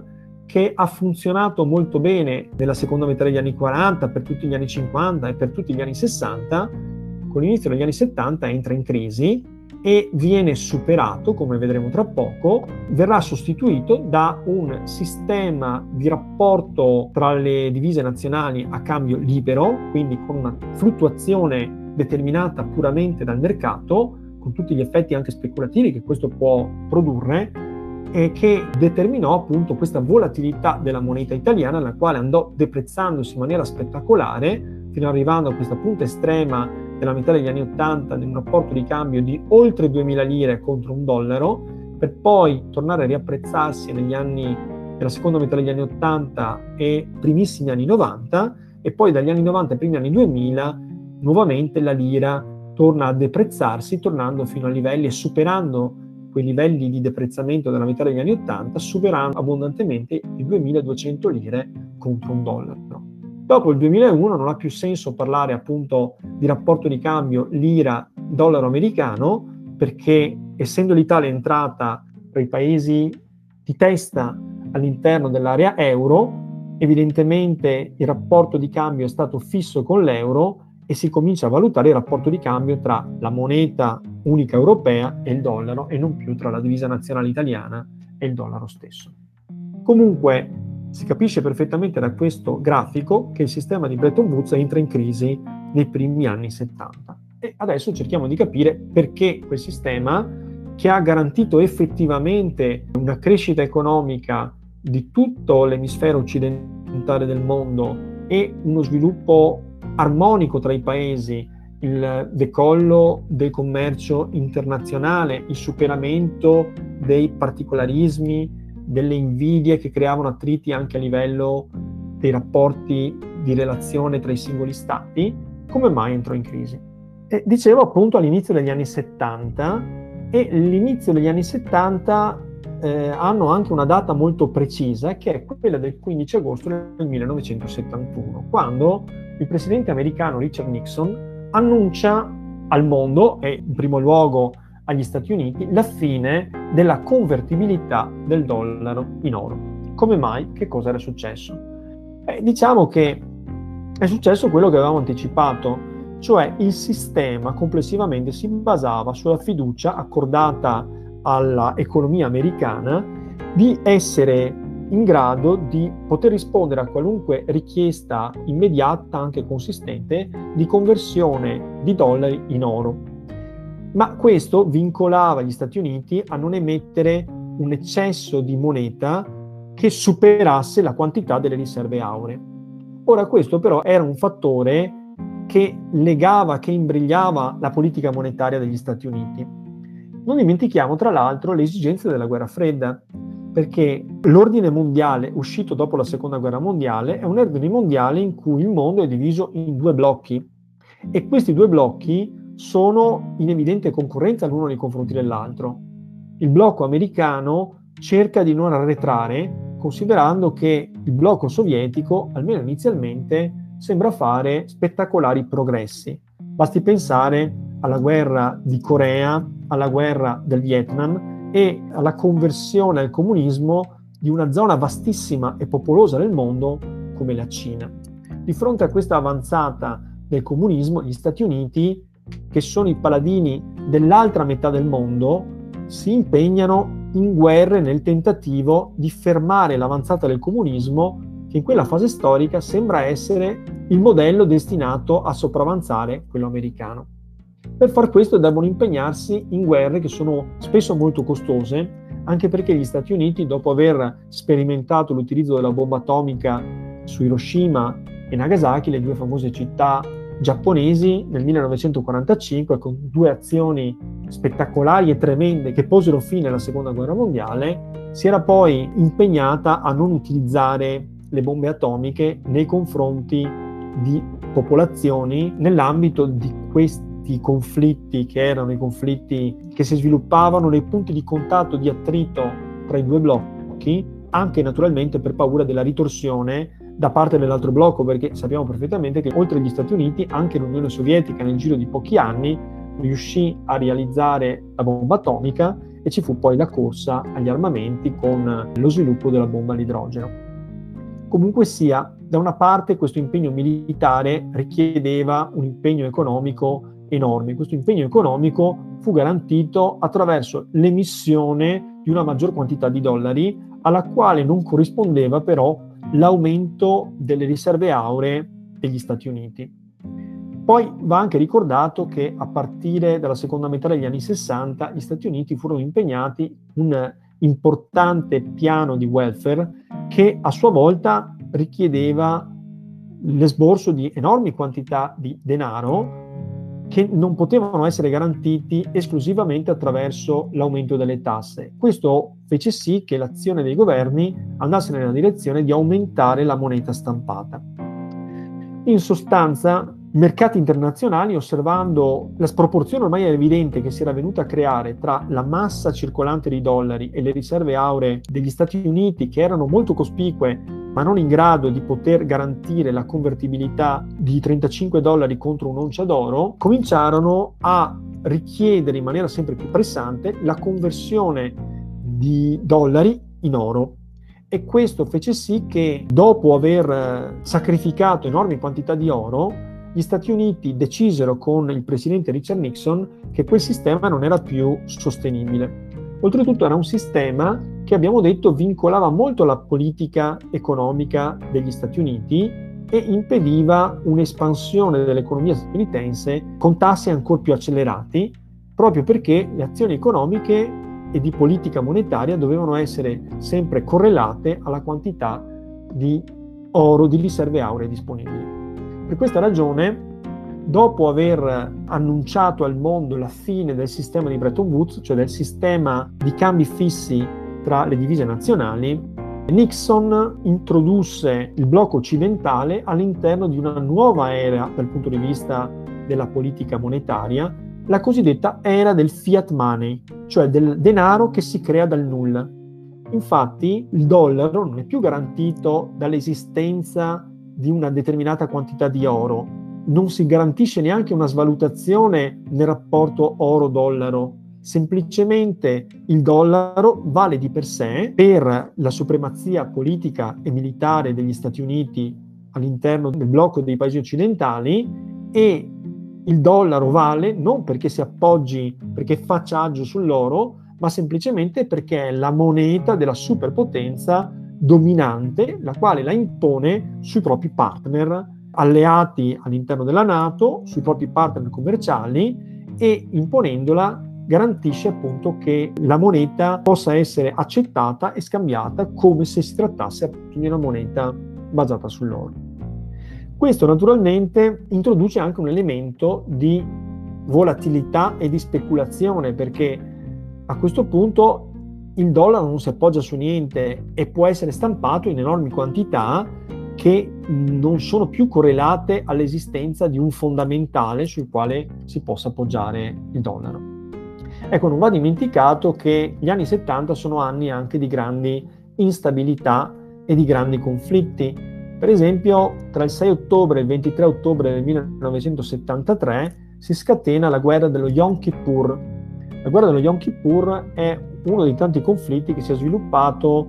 che ha funzionato molto bene nella seconda metà degli anni quaranta, per tutti gli anni cinquanta e per tutti gli anni sessanta, con l'inizio degli anni settanta entra in crisi e viene superato, come vedremo tra poco, verrà sostituito da un sistema di rapporto tra le divise nazionali a cambio libero, quindi con una fluttuazione determinata puramente dal mercato, con tutti gli effetti anche speculativi che questo può produrre, e che determinò appunto questa volatilità della moneta italiana, la quale andò deprezzandosi in maniera spettacolare, fino arrivando a questa punta estrema della metà degli anni ottanta, in un rapporto di cambio di oltre duemila lire contro un dollaro, per poi tornare a riapprezzarsi negli anni, nella seconda metà degli anni ottanta e primissimi anni novanta, e poi dagli anni novanta ai primi anni duemila nuovamente la lira torna a deprezzarsi, tornando fino a livelli e superando quei livelli di deprezzamento della metà degli anni ottanta, superando abbondantemente i duemiladuecento lire contro un dollaro. Dopo il duemilauno non ha più senso parlare appunto di rapporto di cambio lira-dollaro americano, perché essendo l'Italia entrata tra i paesi di testa all'interno dell'area euro, evidentemente il rapporto di cambio è stato fisso con l'euro e si comincia a valutare il rapporto di cambio tra la moneta unica europea e il dollaro, e non più tra la divisa nazionale italiana e il dollaro stesso. Comunque si capisce perfettamente da questo grafico che il sistema di Bretton Woods entra in crisi nei primi anni settanta. E adesso cerchiamo di capire perché quel sistema, che ha garantito effettivamente una crescita economica di tutto l'emisfero occidentale del mondo e uno sviluppo armonico tra i paesi, il decollo del commercio internazionale, il superamento dei particolarismi, delle invidie che creavano attriti anche a livello dei rapporti di relazione tra i singoli stati, come mai entrò in crisi? E dicevo appunto all'inizio degli anni settanta, e l'inizio degli anni settanta eh, hanno anche una data molto precisa, che è quella del quindici agosto del millenovecentosettantuno, quando il presidente americano Richard Nixon annuncia al mondo, e in primo luogo agli Stati Uniti, la fine della convertibilità del dollaro in oro. Come mai? Che cosa era successo? Eh, diciamo che è successo quello che avevamo anticipato, cioè il sistema complessivamente si basava sulla fiducia accordata all'economia americana di essere in grado di poter rispondere a qualunque richiesta immediata, anche consistente, di conversione di dollari in oro. Ma questo vincolava gli Stati Uniti a non emettere un eccesso di moneta che superasse la quantità delle riserve auree. Ora, questo però era un fattore che legava, che imbrigliava la politica monetaria degli Stati Uniti. Non dimentichiamo tra l'altro le esigenze della guerra fredda, perché l'ordine mondiale uscito dopo la seconda guerra mondiale è un ordine mondiale in cui il mondo è diviso in due blocchi, e questi due blocchi sono in evidente concorrenza l'uno nei confronti dell'altro. Il blocco americano cerca di non arretrare, considerando che il blocco sovietico, almeno inizialmente, sembra fare spettacolari progressi. Basti pensare alla guerra di Corea, alla guerra del Vietnam e alla conversione al comunismo di una zona vastissima e popolosa del mondo come la Cina. Di fronte a questa avanzata del comunismo, gli Stati Uniti, che sono i paladini dell'altra metà del mondo, si impegnano in guerre nel tentativo di fermare l'avanzata del comunismo, che in quella fase storica sembra essere il modello destinato a sopravanzare quello americano. Per far questo devono impegnarsi in guerre che sono spesso molto costose, anche perché gli Stati Uniti, dopo aver sperimentato l'utilizzo della bomba atomica su Hiroshima e Nagasaki, le due famose città giapponesi, nel millenovecentoquarantacinque, con due azioni spettacolari e tremende che posero fine alla seconda guerra mondiale, si era poi impegnata a non utilizzare le bombe atomiche nei confronti di popolazioni nell'ambito di questi conflitti, che erano i conflitti che si sviluppavano nei punti di contatto, di attrito tra i due blocchi, anche naturalmente per paura della ritorsione da parte dell'altro blocco, perché sappiamo perfettamente che oltre agli Stati Uniti anche l'Unione Sovietica nel giro di pochi anni riuscì a realizzare la bomba atomica, e ci fu poi la corsa agli armamenti con lo sviluppo della bomba all'idrogeno. Comunque sia, da una parte questo impegno militare richiedeva un impegno economico enorme. Questo impegno economico fu garantito attraverso l'emissione di una maggior quantità di dollari, alla quale non corrispondeva però l'aumento delle riserve auree degli Stati Uniti. Poi va anche ricordato che a partire dalla seconda metà degli anni sessanta gli Stati Uniti furono impegnati in un importante piano di welfare che a sua volta richiedeva l'esborso di enormi quantità di denaro che non potevano essere garantiti esclusivamente attraverso l'aumento delle tasse. Questo fece sì che l'azione dei governi andasse nella direzione di aumentare la moneta stampata. In sostanza, i mercati internazionali, osservando la sproporzione ormai evidente che si era venuta a creare tra la massa circolante di dollari e le riserve auree degli Stati Uniti, che erano molto cospicue ma non in grado di poter garantire la convertibilità di trentacinque dollari contro un'oncia d'oro, cominciarono a richiedere in maniera sempre più pressante la conversione di dollari in oro. E questo fece sì che, dopo aver sacrificato enormi quantità di oro, gli Stati Uniti decisero con il presidente Richard Nixon che quel sistema non era più sostenibile. Oltretutto era un sistema che, abbiamo detto, vincolava molto la politica economica degli Stati Uniti e impediva un'espansione dell'economia statunitense con tassi ancora più accelerati, proprio perché le azioni economiche e di politica monetaria dovevano essere sempre correlate alla quantità di oro, di riserve auree disponibili. Per questa ragione, dopo aver annunciato al mondo la fine del sistema di Bretton Woods, cioè del sistema di cambi fissi tra le divise nazionali, Nixon introdusse il blocco occidentale all'interno di una nuova era dal punto di vista della politica monetaria, la cosiddetta era del fiat money, cioè del denaro che si crea dal nulla. Infatti il dollaro non è più garantito dall'esistenza di una determinata quantità di oro, non si garantisce neanche una svalutazione nel rapporto oro-dollaro. Semplicemente il dollaro vale di per sé per la supremazia politica e militare degli Stati Uniti all'interno del blocco dei paesi occidentali, e il dollaro vale non perché si appoggi, perché faccia agio sull'oro, ma semplicemente perché è la moneta della superpotenza dominante, la quale la impone sui propri partner alleati all'interno della NATO, sui propri partner commerciali, e imponendola garantisce appunto che la moneta possa essere accettata e scambiata come se si trattasse appunto di una moneta basata sull'oro. Questo naturalmente introduce anche un elemento di volatilità e di speculazione, perché a questo punto il dollaro non si appoggia su niente e può essere stampato in enormi quantità che non sono più correlate all'esistenza di un fondamentale sul quale si possa appoggiare il dollaro. Ecco, non va dimenticato che gli anni settanta sono anni anche di grandi instabilità e di grandi conflitti. Per esempio, tra il sei ottobre e il ventitré ottobre del millenovecentosettantatré si scatena la guerra dello Yom Kippur. La guerra dello Yom Kippur è uno dei tanti conflitti che si è sviluppato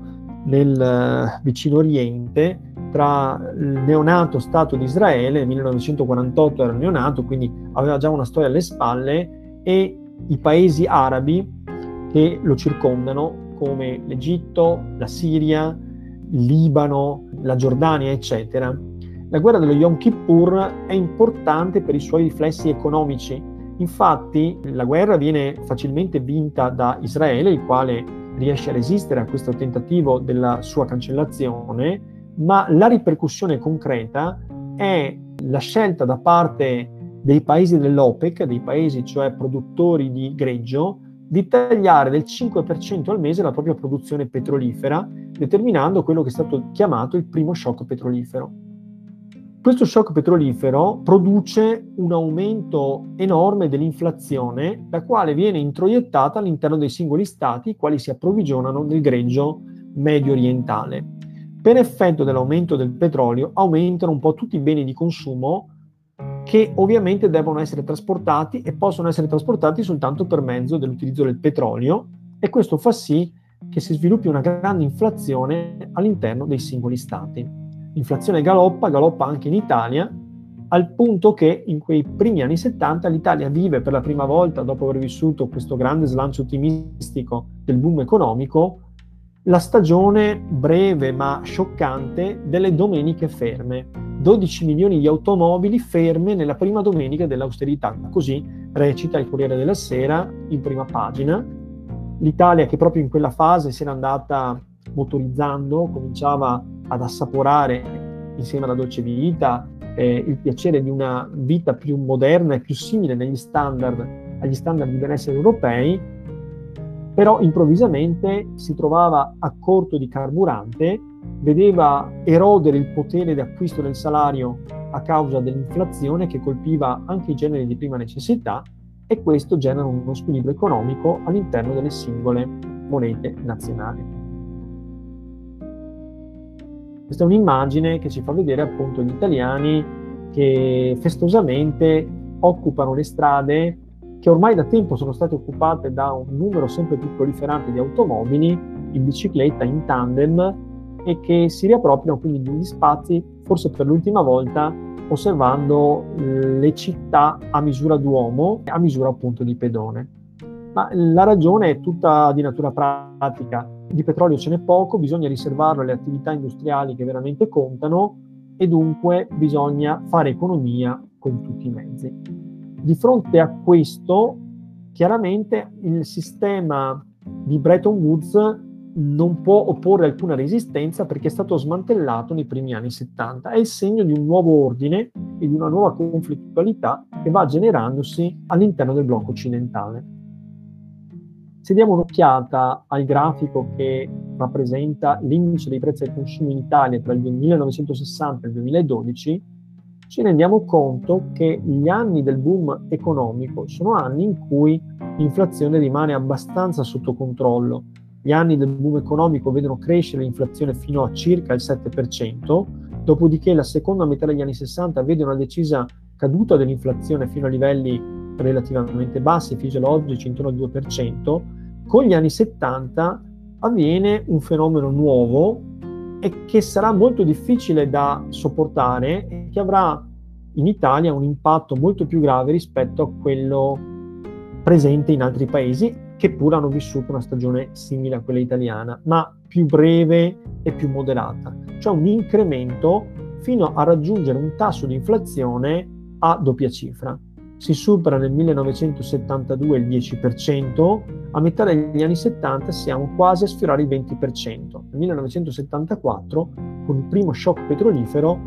nel uh, vicino Oriente tra il neonato Stato di Israele, nel millenovecentoquarantotto era neonato, quindi aveva già una storia alle spalle, e i paesi arabi che lo circondano, come l'Egitto, la Siria, il Libano, la Giordania, eccetera. La guerra dello Yom Kippur è importante per i suoi riflessi economici. Infatti, la guerra viene facilmente vinta da Israele, il quale riesce a resistere a questo tentativo della sua cancellazione, ma la ripercussione concreta è la scelta da parte dei paesi dell'OPEC, dei paesi cioè produttori di greggio, di tagliare del cinque per cento al mese la propria produzione petrolifera, determinando quello che è stato chiamato il primo shock petrolifero. Questo shock petrolifero produce un aumento enorme dell'inflazione, la quale viene introiettata all'interno dei singoli stati, i quali si approvvigionano del greggio medio orientale. Per effetto dell'aumento del petrolio aumentano un po' tutti i beni di consumo che ovviamente devono essere trasportati e possono essere trasportati soltanto per mezzo dell'utilizzo del petrolio, e questo fa sì che si sviluppi una grande inflazione all'interno dei singoli stati. L'inflazione galoppa, galoppa anche in Italia, al punto che in quei primi anni settanta l'Italia vive per la prima volta, dopo aver vissuto questo grande slancio ottimistico del boom economico, la stagione breve ma scioccante delle domeniche ferme. dodici milioni di automobili ferme nella prima domenica dell'austerità, così recita il Corriere della Sera in prima pagina. L'Italia, che proprio in quella fase si era andata motorizzando, cominciava ad assaporare insieme alla dolce vita eh, il piacere di una vita più moderna e più simile negli standard agli standard di benessere europei, però improvvisamente si trovava a corto di carburante, vedeva erodere il potere di acquisto del salario a causa dell'inflazione che colpiva anche i generi di prima necessità, e questo genera uno squilibrio economico all'interno delle singole monete nazionali. Questa è un'immagine che ci fa vedere appunto gli italiani che festosamente occupano le strade che ormai da tempo sono state occupate da un numero sempre più proliferante di automobili, in bicicletta, in tandem, e che si riappropriano quindi degli spazi, forse per l'ultima volta, osservando le città a misura d'uomo, a misura appunto di pedone. Ma la ragione è tutta di natura pratica. Di petrolio ce n'è poco, bisogna riservarlo alle attività industriali che veramente contano, e dunque bisogna fare economia con tutti i mezzi. Di fronte a questo, chiaramente il sistema di Bretton Woods non può opporre alcuna resistenza perché è stato smantellato nei primi anni settanta. È il segno di un nuovo ordine e di una nuova conflittualità che va generandosi all'interno del blocco occidentale. Se diamo un'occhiata al grafico che rappresenta l'indice dei prezzi al consumo in Italia tra il millenovecentosessanta e il duemiladodici, ci rendiamo conto che gli anni del boom economico sono anni in cui l'inflazione rimane abbastanza sotto controllo. Gli anni del boom economico vedono crescere l'inflazione fino a circa il sette per cento, dopodiché la seconda metà degli anni sessanta vede una decisa caduta dell'inflazione fino a livelli relativamente bassi, fisiologici, intorno al due per cento. Con gli anni settanta avviene un fenomeno nuovo e che sarà molto difficile da sopportare e che avrà in Italia un impatto molto più grave rispetto a quello presente in altri paesi, che pure hanno vissuto una stagione simile a quella italiana, ma più breve e più moderata, cioè un incremento fino a raggiungere un tasso di inflazione a doppia cifra. Si supera nel millenovecentosettantadue il dieci per cento, a metà degli anni settanta siamo quasi a sfiorare il venti per cento. Nel millenovecentosettantaquattro, con il primo shock petrolifero,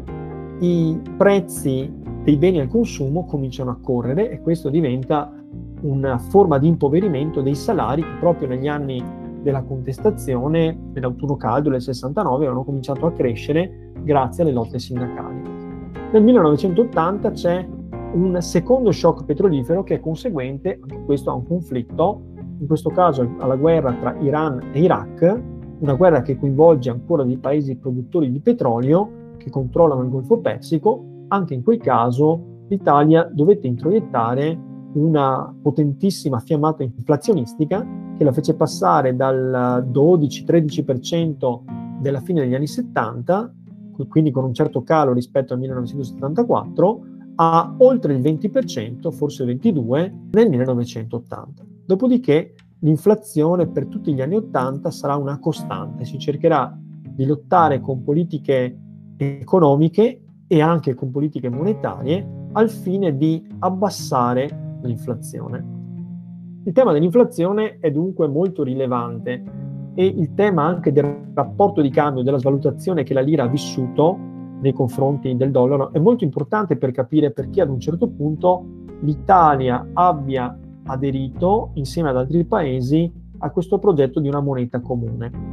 i prezzi dei beni al consumo cominciano a correre e questo diventa una forma di impoverimento dei salari che proprio negli anni della contestazione, dell'autunno caldo del sessantanove, hanno cominciato a crescere grazie alle lotte sindacali. Nel millenovecentottanta c'è un secondo shock petrolifero che è conseguente, anche questo, a un conflitto, in questo caso alla guerra tra Iran e Iraq, una guerra che coinvolge ancora dei paesi produttori di petrolio che controllano il Golfo Persico. Anche in quel caso l'Italia dovette introiettare una potentissima fiammata inflazionistica che la fece passare dal dodici-tredici per cento della fine degli anni settanta, quindi con un certo calo rispetto al millenovecentosettantaquattro, a oltre il venti per cento, forse il ventidue per cento, nel millenovecentottanta. Dopodiché l'inflazione per tutti gli anni ottanta sarà una costante, si cercherà di lottare con politiche economiche e anche con politiche monetarie al fine di abbassare l'inflazione. Il tema dell'inflazione è dunque molto rilevante e il tema anche del rapporto di cambio, della svalutazione che la lira ha vissuto nei confronti del dollaro è molto importante per capire perché ad un certo punto l'Italia abbia aderito insieme ad altri paesi a questo progetto di una moneta comune.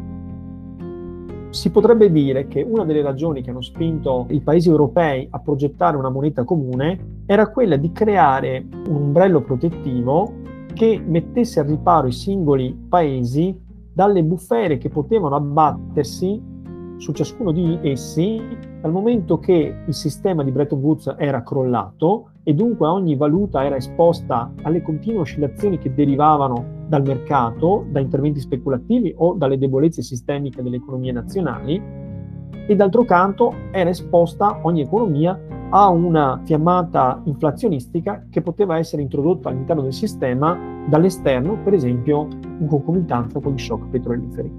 Si potrebbe dire che una delle ragioni che hanno spinto i paesi europei a progettare una moneta comune era quella di creare un ombrello protettivo che mettesse al riparo i singoli paesi dalle bufere che potevano abbattersi su ciascuno di essi dal momento che il sistema di Bretton Woods era crollato e dunque ogni valuta era esposta alle continue oscillazioni che derivavano dal mercato, da interventi speculativi o dalle debolezze sistemiche delle economie nazionali, e d'altro canto era esposta ogni economia a una fiammata inflazionistica che poteva essere introdotta all'interno del sistema dall'esterno, per esempio in concomitanza con gli shock petroliferi.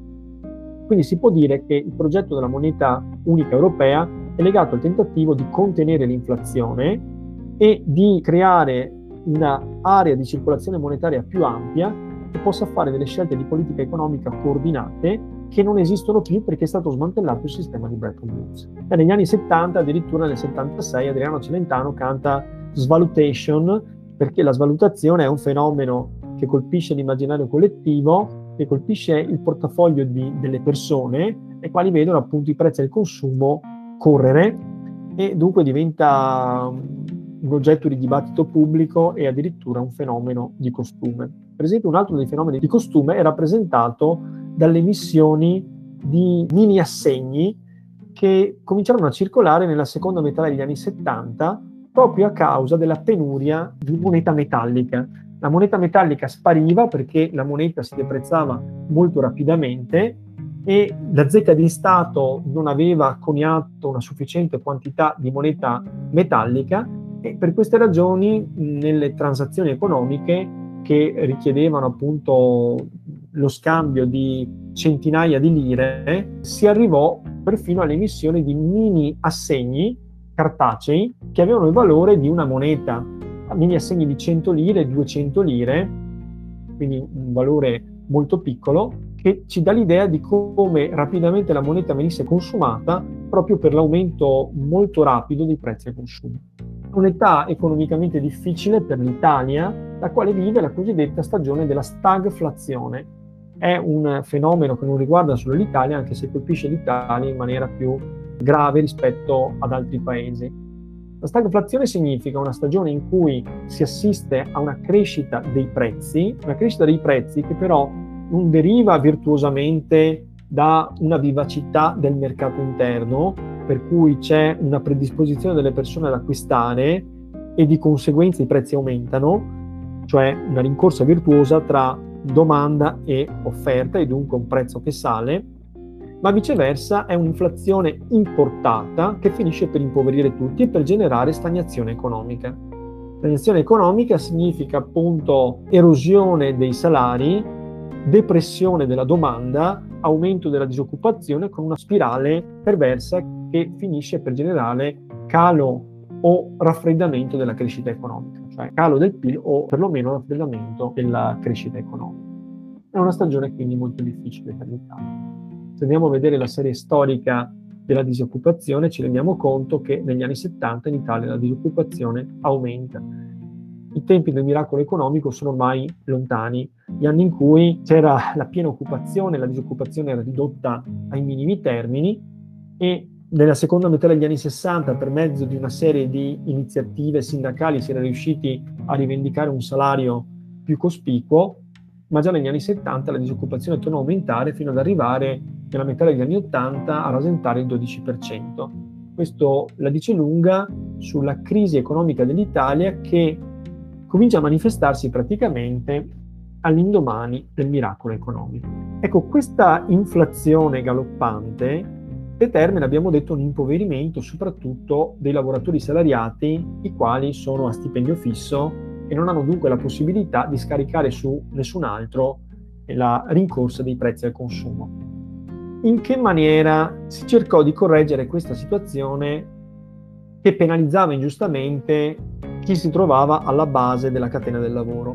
Quindi si può dire che il progetto della moneta unica europea è legato al tentativo di contenere l'inflazione e di creare un'area di circolazione monetaria più ampia che possa fare delle scelte di politica economica coordinate che non esistono più perché è stato smantellato il sistema di Bretton Woods. E negli anni settanta, addirittura nel settantasei, Adriano Celentano canta Svalutation, perché la svalutazione è un fenomeno che colpisce l'immaginario collettivo, che colpisce il portafoglio di, delle persone, le quali vedono appunto i prezzi del consumo correre e dunque diventa un oggetto di dibattito pubblico e addirittura un fenomeno di costume. Per esempio, un altro dei fenomeni di costume è rappresentato dalle emissioni di mini assegni che cominciarono a circolare nella seconda metà degli anni settanta proprio a causa della penuria di moneta metallica. La moneta metallica spariva perché la moneta si deprezzava molto rapidamente e la Zecca di Stato non aveva coniato una sufficiente quantità di moneta metallica e per queste ragioni nelle transazioni economiche che richiedevano appunto lo scambio di centinaia di lire si arrivò perfino all'emissione di mini assegni cartacei che avevano il valore di una moneta, mini assegni di cento lire, duecento lire, quindi un valore molto piccolo, che ci dà l'idea di come rapidamente la moneta venisse consumata proprio per l'aumento molto rapido dei prezzi al consumo. Un'età economicamente difficile per l'Italia, la quale vive la cosiddetta stagione della stagflazione. È un fenomeno che non riguarda solo l'Italia, anche se colpisce l'Italia in maniera più grave rispetto ad altri paesi. La stagflazione significa una stagione in cui si assiste a una crescita dei prezzi, una crescita dei prezzi che però non deriva virtuosamente da una vivacità del mercato interno, per cui c'è una predisposizione delle persone ad acquistare e di conseguenza i prezzi aumentano, cioè una rincorsa virtuosa tra domanda e offerta e dunque un prezzo che sale, ma viceversa è un'inflazione importata che finisce per impoverire tutti e per generare stagnazione economica. Stagnazione economica significa appunto erosione dei salari, depressione della domanda, aumento della disoccupazione con una spirale perversa che finisce per generare calo o raffreddamento della crescita economica, cioè calo del P I L o perlomeno raffreddamento della crescita economica. È una stagione quindi molto difficile per l'Italia. Se andiamo a vedere la serie storica della disoccupazione ci rendiamo conto che negli anni settanta in Italia la disoccupazione aumenta. I tempi del miracolo economico sono ormai lontani, gli anni in cui c'era la piena occupazione, la disoccupazione era ridotta ai minimi termini e nella seconda metà degli anni sessanta, per mezzo di una serie di iniziative sindacali, si era riusciti a rivendicare un salario più cospicuo, ma già negli anni settanta la disoccupazione tornò a aumentare fino ad arrivare nella metà degli anni ottanta a rasentare il dodici per cento. Questo la dice lunga sulla crisi economica dell'Italia che comincia a manifestarsi praticamente all'indomani del miracolo economico. Ecco, questa inflazione galoppante determina, abbiamo detto, un impoverimento soprattutto dei lavoratori salariati, i quali sono a stipendio fisso e non hanno dunque la possibilità di scaricare su nessun altro la rincorsa dei prezzi al consumo. In che maniera si cercò di correggere questa situazione che penalizzava ingiustamente chi si trovava alla base della catena del lavoro?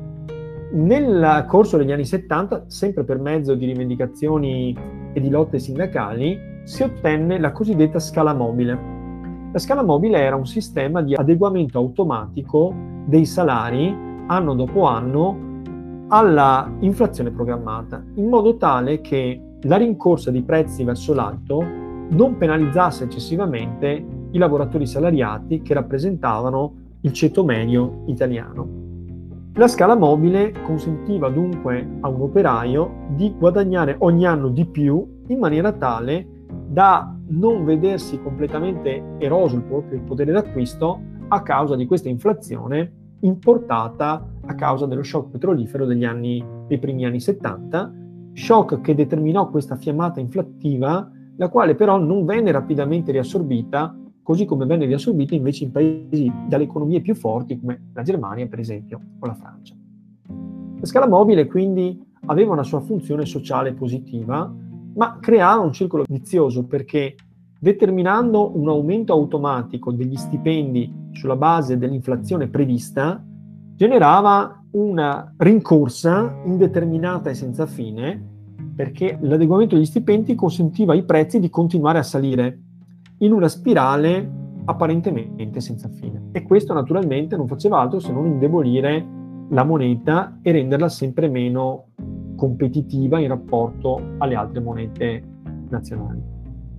Nel corso degli anni settanta, sempre per mezzo di rivendicazioni e di lotte sindacali, si ottenne la cosiddetta scala mobile. La scala mobile era un sistema di adeguamento automatico dei salari anno dopo anno alla inflazione programmata, in modo tale che la rincorsa di prezzi verso l'alto non penalizzasse eccessivamente i lavoratori salariati che rappresentavano il ceto medio italiano. La scala mobile consentiva dunque a un operaio di guadagnare ogni anno di più in maniera tale da non vedersi completamente eroso il proprio potere d'acquisto a causa di questa inflazione importata a causa dello shock petrolifero degli anni, dei primi anni settanta, shock che determinò questa fiammata inflattiva, la quale però non venne rapidamente riassorbita, così come venne riassorbita invece in paesi dalle economie più forti come la Germania, per esempio, o la Francia. La scala mobile quindi aveva una sua funzione sociale positiva, ma creava un circolo vizioso perché determinando un aumento automatico degli stipendi sulla base dell'inflazione prevista, generava una rincorsa indeterminata e senza fine, perché l'adeguamento degli stipendi consentiva ai prezzi di continuare a salire in una spirale apparentemente senza fine. E questo naturalmente non faceva altro se non indebolire la moneta e renderla sempre meno competitiva in rapporto alle altre monete nazionali.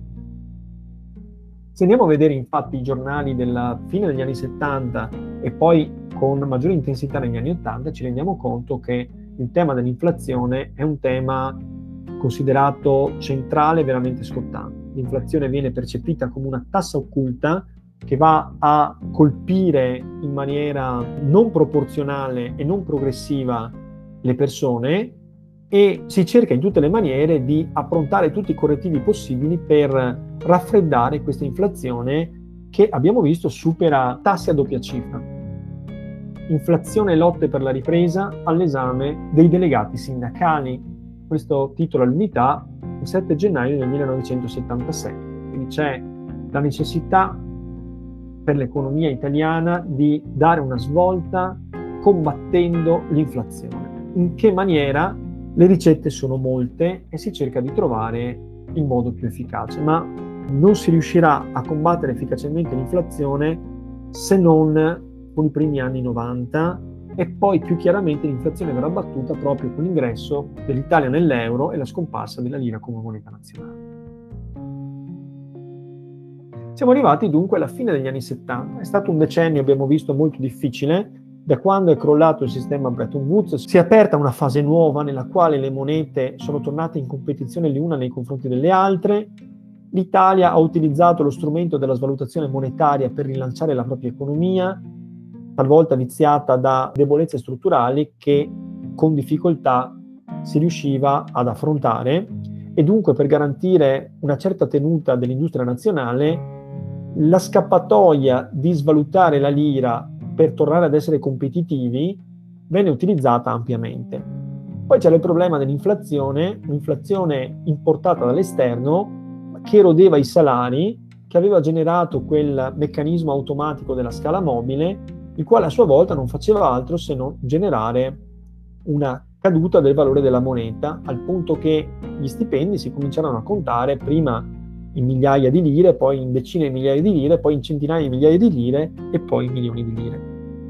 Se andiamo a vedere infatti i giornali della fine degli anni settanta e poi con maggiore intensità negli anni ottanta, ci rendiamo conto che il tema dell'inflazione è un tema considerato centrale e veramente scottante. L'inflazione viene percepita come una tassa occulta che va a colpire in maniera non proporzionale e non progressiva le persone, e si cerca in tutte le maniere di approntare tutti i correttivi possibili per raffreddare questa inflazione che abbiamo visto supera tassi a doppia cifra. Inflazione e lotte per la ripresa all'esame dei delegati sindacali. Questo titola l'Unità il sette gennaio del millenovecentosettantasette. Quindi c'è la necessità per l'economia italiana di dare una svolta combattendo l'inflazione. In che maniera? Le ricette sono molte e si cerca di trovare il modo più efficace, ma non si riuscirà a combattere efficacemente l'inflazione se non con i primi anni novanta, e poi più chiaramente l'inflazione verrà battuta proprio con l'ingresso dell'Italia nell'euro e la scomparsa della lira come moneta nazionale. Siamo arrivati dunque alla fine degli anni settanta. È stato un decennio, abbiamo visto, molto difficile. Da quando è crollato il sistema Bretton Woods si è aperta una fase nuova nella quale le monete sono tornate in competizione le una nei confronti delle altre. L'Italia ha utilizzato lo strumento della svalutazione monetaria per rilanciare la propria economia, talvolta viziata da debolezze strutturali che con difficoltà si riusciva ad affrontare, e dunque per garantire una certa tenuta dell'industria nazionale la scappatoia di svalutare la lira per tornare ad essere competitivi venne utilizzata ampiamente. Poi c'era il problema dell'inflazione, un'inflazione importata dall'esterno che erodeva i salari, che aveva generato quel meccanismo automatico della scala mobile, il quale a sua volta non faceva altro se non generare una caduta del valore della moneta, al punto che gli stipendi si cominciarono a contare prima in migliaia di lire, poi in decine di migliaia di lire, poi in centinaia di migliaia di lire e poi in milioni di lire.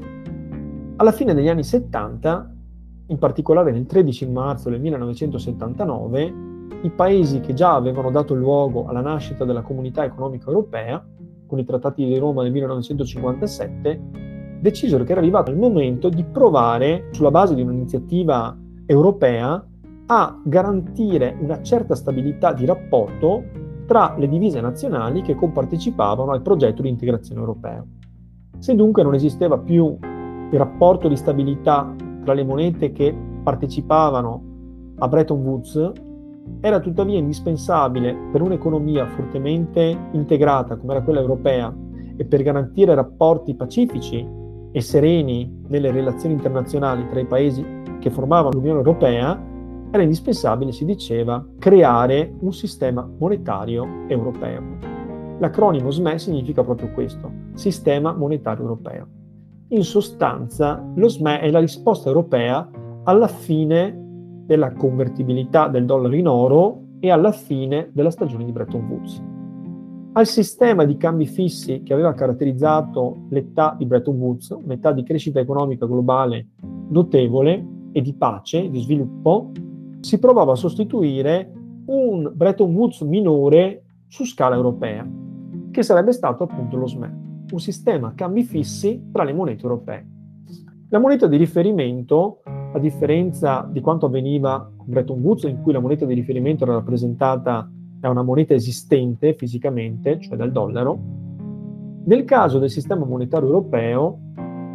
Alla fine degli anni settanta, in particolare nel tredici marzo del millenovecentosettantanove, i paesi che già avevano dato luogo alla nascita della Comunità Economica Europea, con i Trattati di Roma del millenovecentocinquantasette, decisero che era arrivato il momento di provare, sulla base di un'iniziativa europea, a garantire una certa stabilità di rapporto tra le divise nazionali che compartecipavano al progetto di integrazione europea. Se dunque non esisteva più il rapporto di stabilità tra le monete che partecipavano a Bretton Woods, era tuttavia indispensabile per un'economia fortemente integrata come era quella europea e per garantire rapporti pacifici e sereni nelle relazioni internazionali tra i paesi che formavano l'Unione Europea, era indispensabile, si diceva, creare un sistema monetario europeo. L'acronimo S M E significa proprio questo, Sistema Monetario Europeo. In sostanza, lo S M E è la risposta europea alla fine della convertibilità del dollaro in oro e alla fine della stagione di Bretton Woods. Al sistema di cambi fissi che aveva caratterizzato l'età di Bretton Woods, un'età di crescita economica globale notevole e di pace, di sviluppo, si provava a sostituire un Bretton Woods minore su scala europea, che sarebbe stato appunto lo S M E, un sistema a cambi fissi tra le monete europee. La moneta di riferimento, a differenza di quanto avveniva con Bretton Woods, in cui la moneta di riferimento era rappresentata da una moneta esistente fisicamente, cioè dal dollaro, nel caso del sistema monetario europeo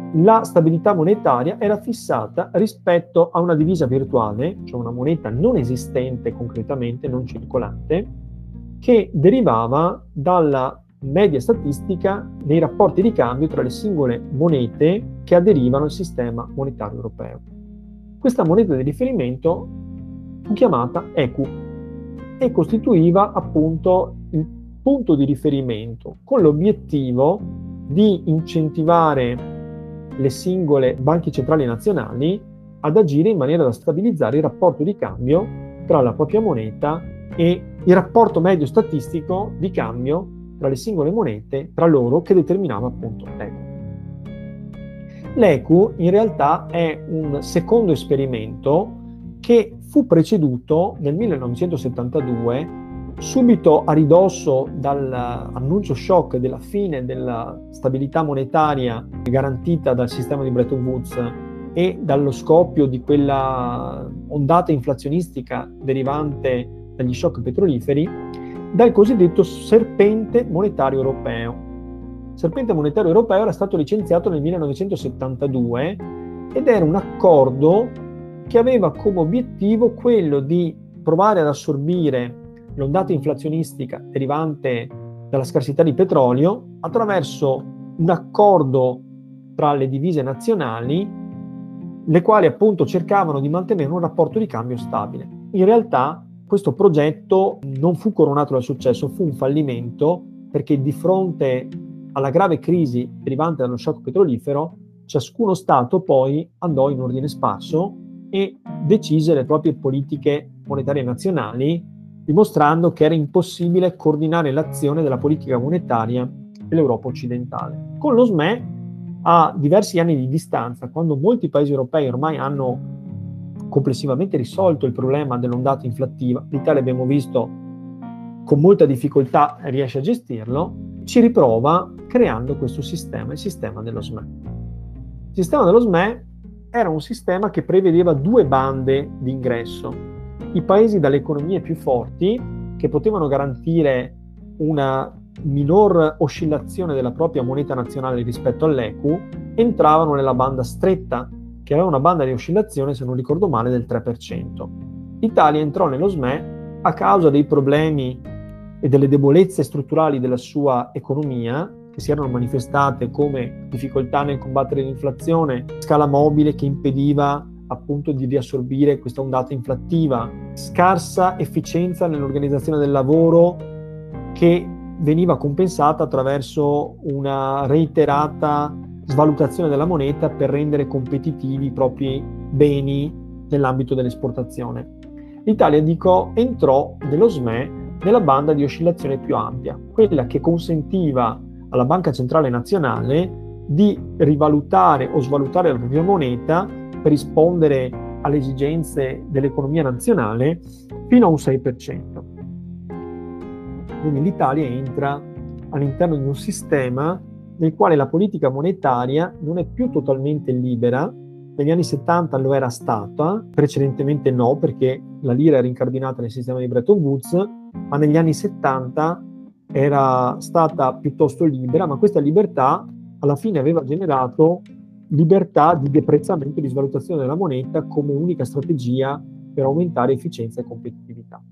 la stabilità monetaria era fissata rispetto a una divisa virtuale, cioè una moneta non esistente concretamente, non circolante, che derivava dalla media statistica nei rapporti di cambio tra le singole monete che aderivano al sistema monetario europeo. Questa moneta di riferimento fu chiamata E Q e costituiva appunto il punto di riferimento con l'obiettivo di incentivare le singole banche centrali nazionali ad agire in maniera da stabilizzare il rapporto di cambio tra la propria moneta e il rapporto medio statistico di cambio tra le singole monete tra loro, che determinava appunto l'E Q. L'E Q in realtà è un secondo esperimento che fu preceduto nel millenovecentosettantadue, subito a ridosso dall'annuncio shock della fine della stabilità monetaria garantita dal sistema di Bretton Woods e dallo scoppio di quella ondata inflazionistica derivante dagli shock petroliferi, dal cosiddetto serpente monetario europeo. Il serpente monetario europeo era stato licenziato nel millenovecentosettantadue ed era un accordo che aveva come obiettivo quello di provare ad assorbire l'ondata inflazionistica derivante dalla scarsità di petrolio attraverso un accordo tra le divise nazionali, le quali appunto cercavano di mantenere un rapporto di cambio stabile. In realtà questo progetto non fu coronato dal successo, fu un fallimento, perché di fronte alla grave crisi derivante dallo shock petrolifero, ciascuno Stato poi andò in ordine sparso e decise le proprie politiche monetarie nazionali, dimostrando che era impossibile coordinare l'azione della politica monetaria dell'Europa occidentale. Con lo S M E, a diversi anni di distanza, quando molti paesi europei ormai hanno complessivamente risolto il problema dell'ondata inflattiva, l'Italia, abbiamo visto, con molta difficoltà riesce a gestirlo, ci riprova creando questo sistema, il sistema dello S M E. Il sistema dello S M E era un sistema che prevedeva due bande di ingresso. I paesi dalle economie più forti, che potevano garantire una minor oscillazione della propria moneta nazionale rispetto all'E Q, entravano nella banda stretta, che aveva una banda di oscillazione, se non ricordo male, del tre per cento. L'Italia entrò nello S M E a causa dei problemi e delle debolezze strutturali della sua economia, che si erano manifestate come difficoltà nel combattere l'inflazione, scala mobile che impediva appunto di riassorbire questa ondata inflattiva, scarsa efficienza nell'organizzazione del lavoro che veniva compensata attraverso una reiterata svalutazione della moneta per rendere competitivi i propri beni nell'ambito dell'esportazione. L'Italia, dico, entrò nello S M E nella banda di oscillazione più ampia, quella che consentiva alla Banca Centrale Nazionale di rivalutare o svalutare la propria moneta per rispondere alle esigenze dell'economia nazionale fino a un sei per cento. Quindi l'Italia entra all'interno di un sistema nel quale la politica monetaria non è più totalmente libera. Negli anni settanta lo era stata, precedentemente no, perché la lira era incardinata nel sistema di Bretton Woods, ma negli anni settanta era stata piuttosto libera, ma questa libertà alla fine aveva generato libertà di deprezzamento e di svalutazione della moneta come unica strategia per aumentare efficienza e competitività.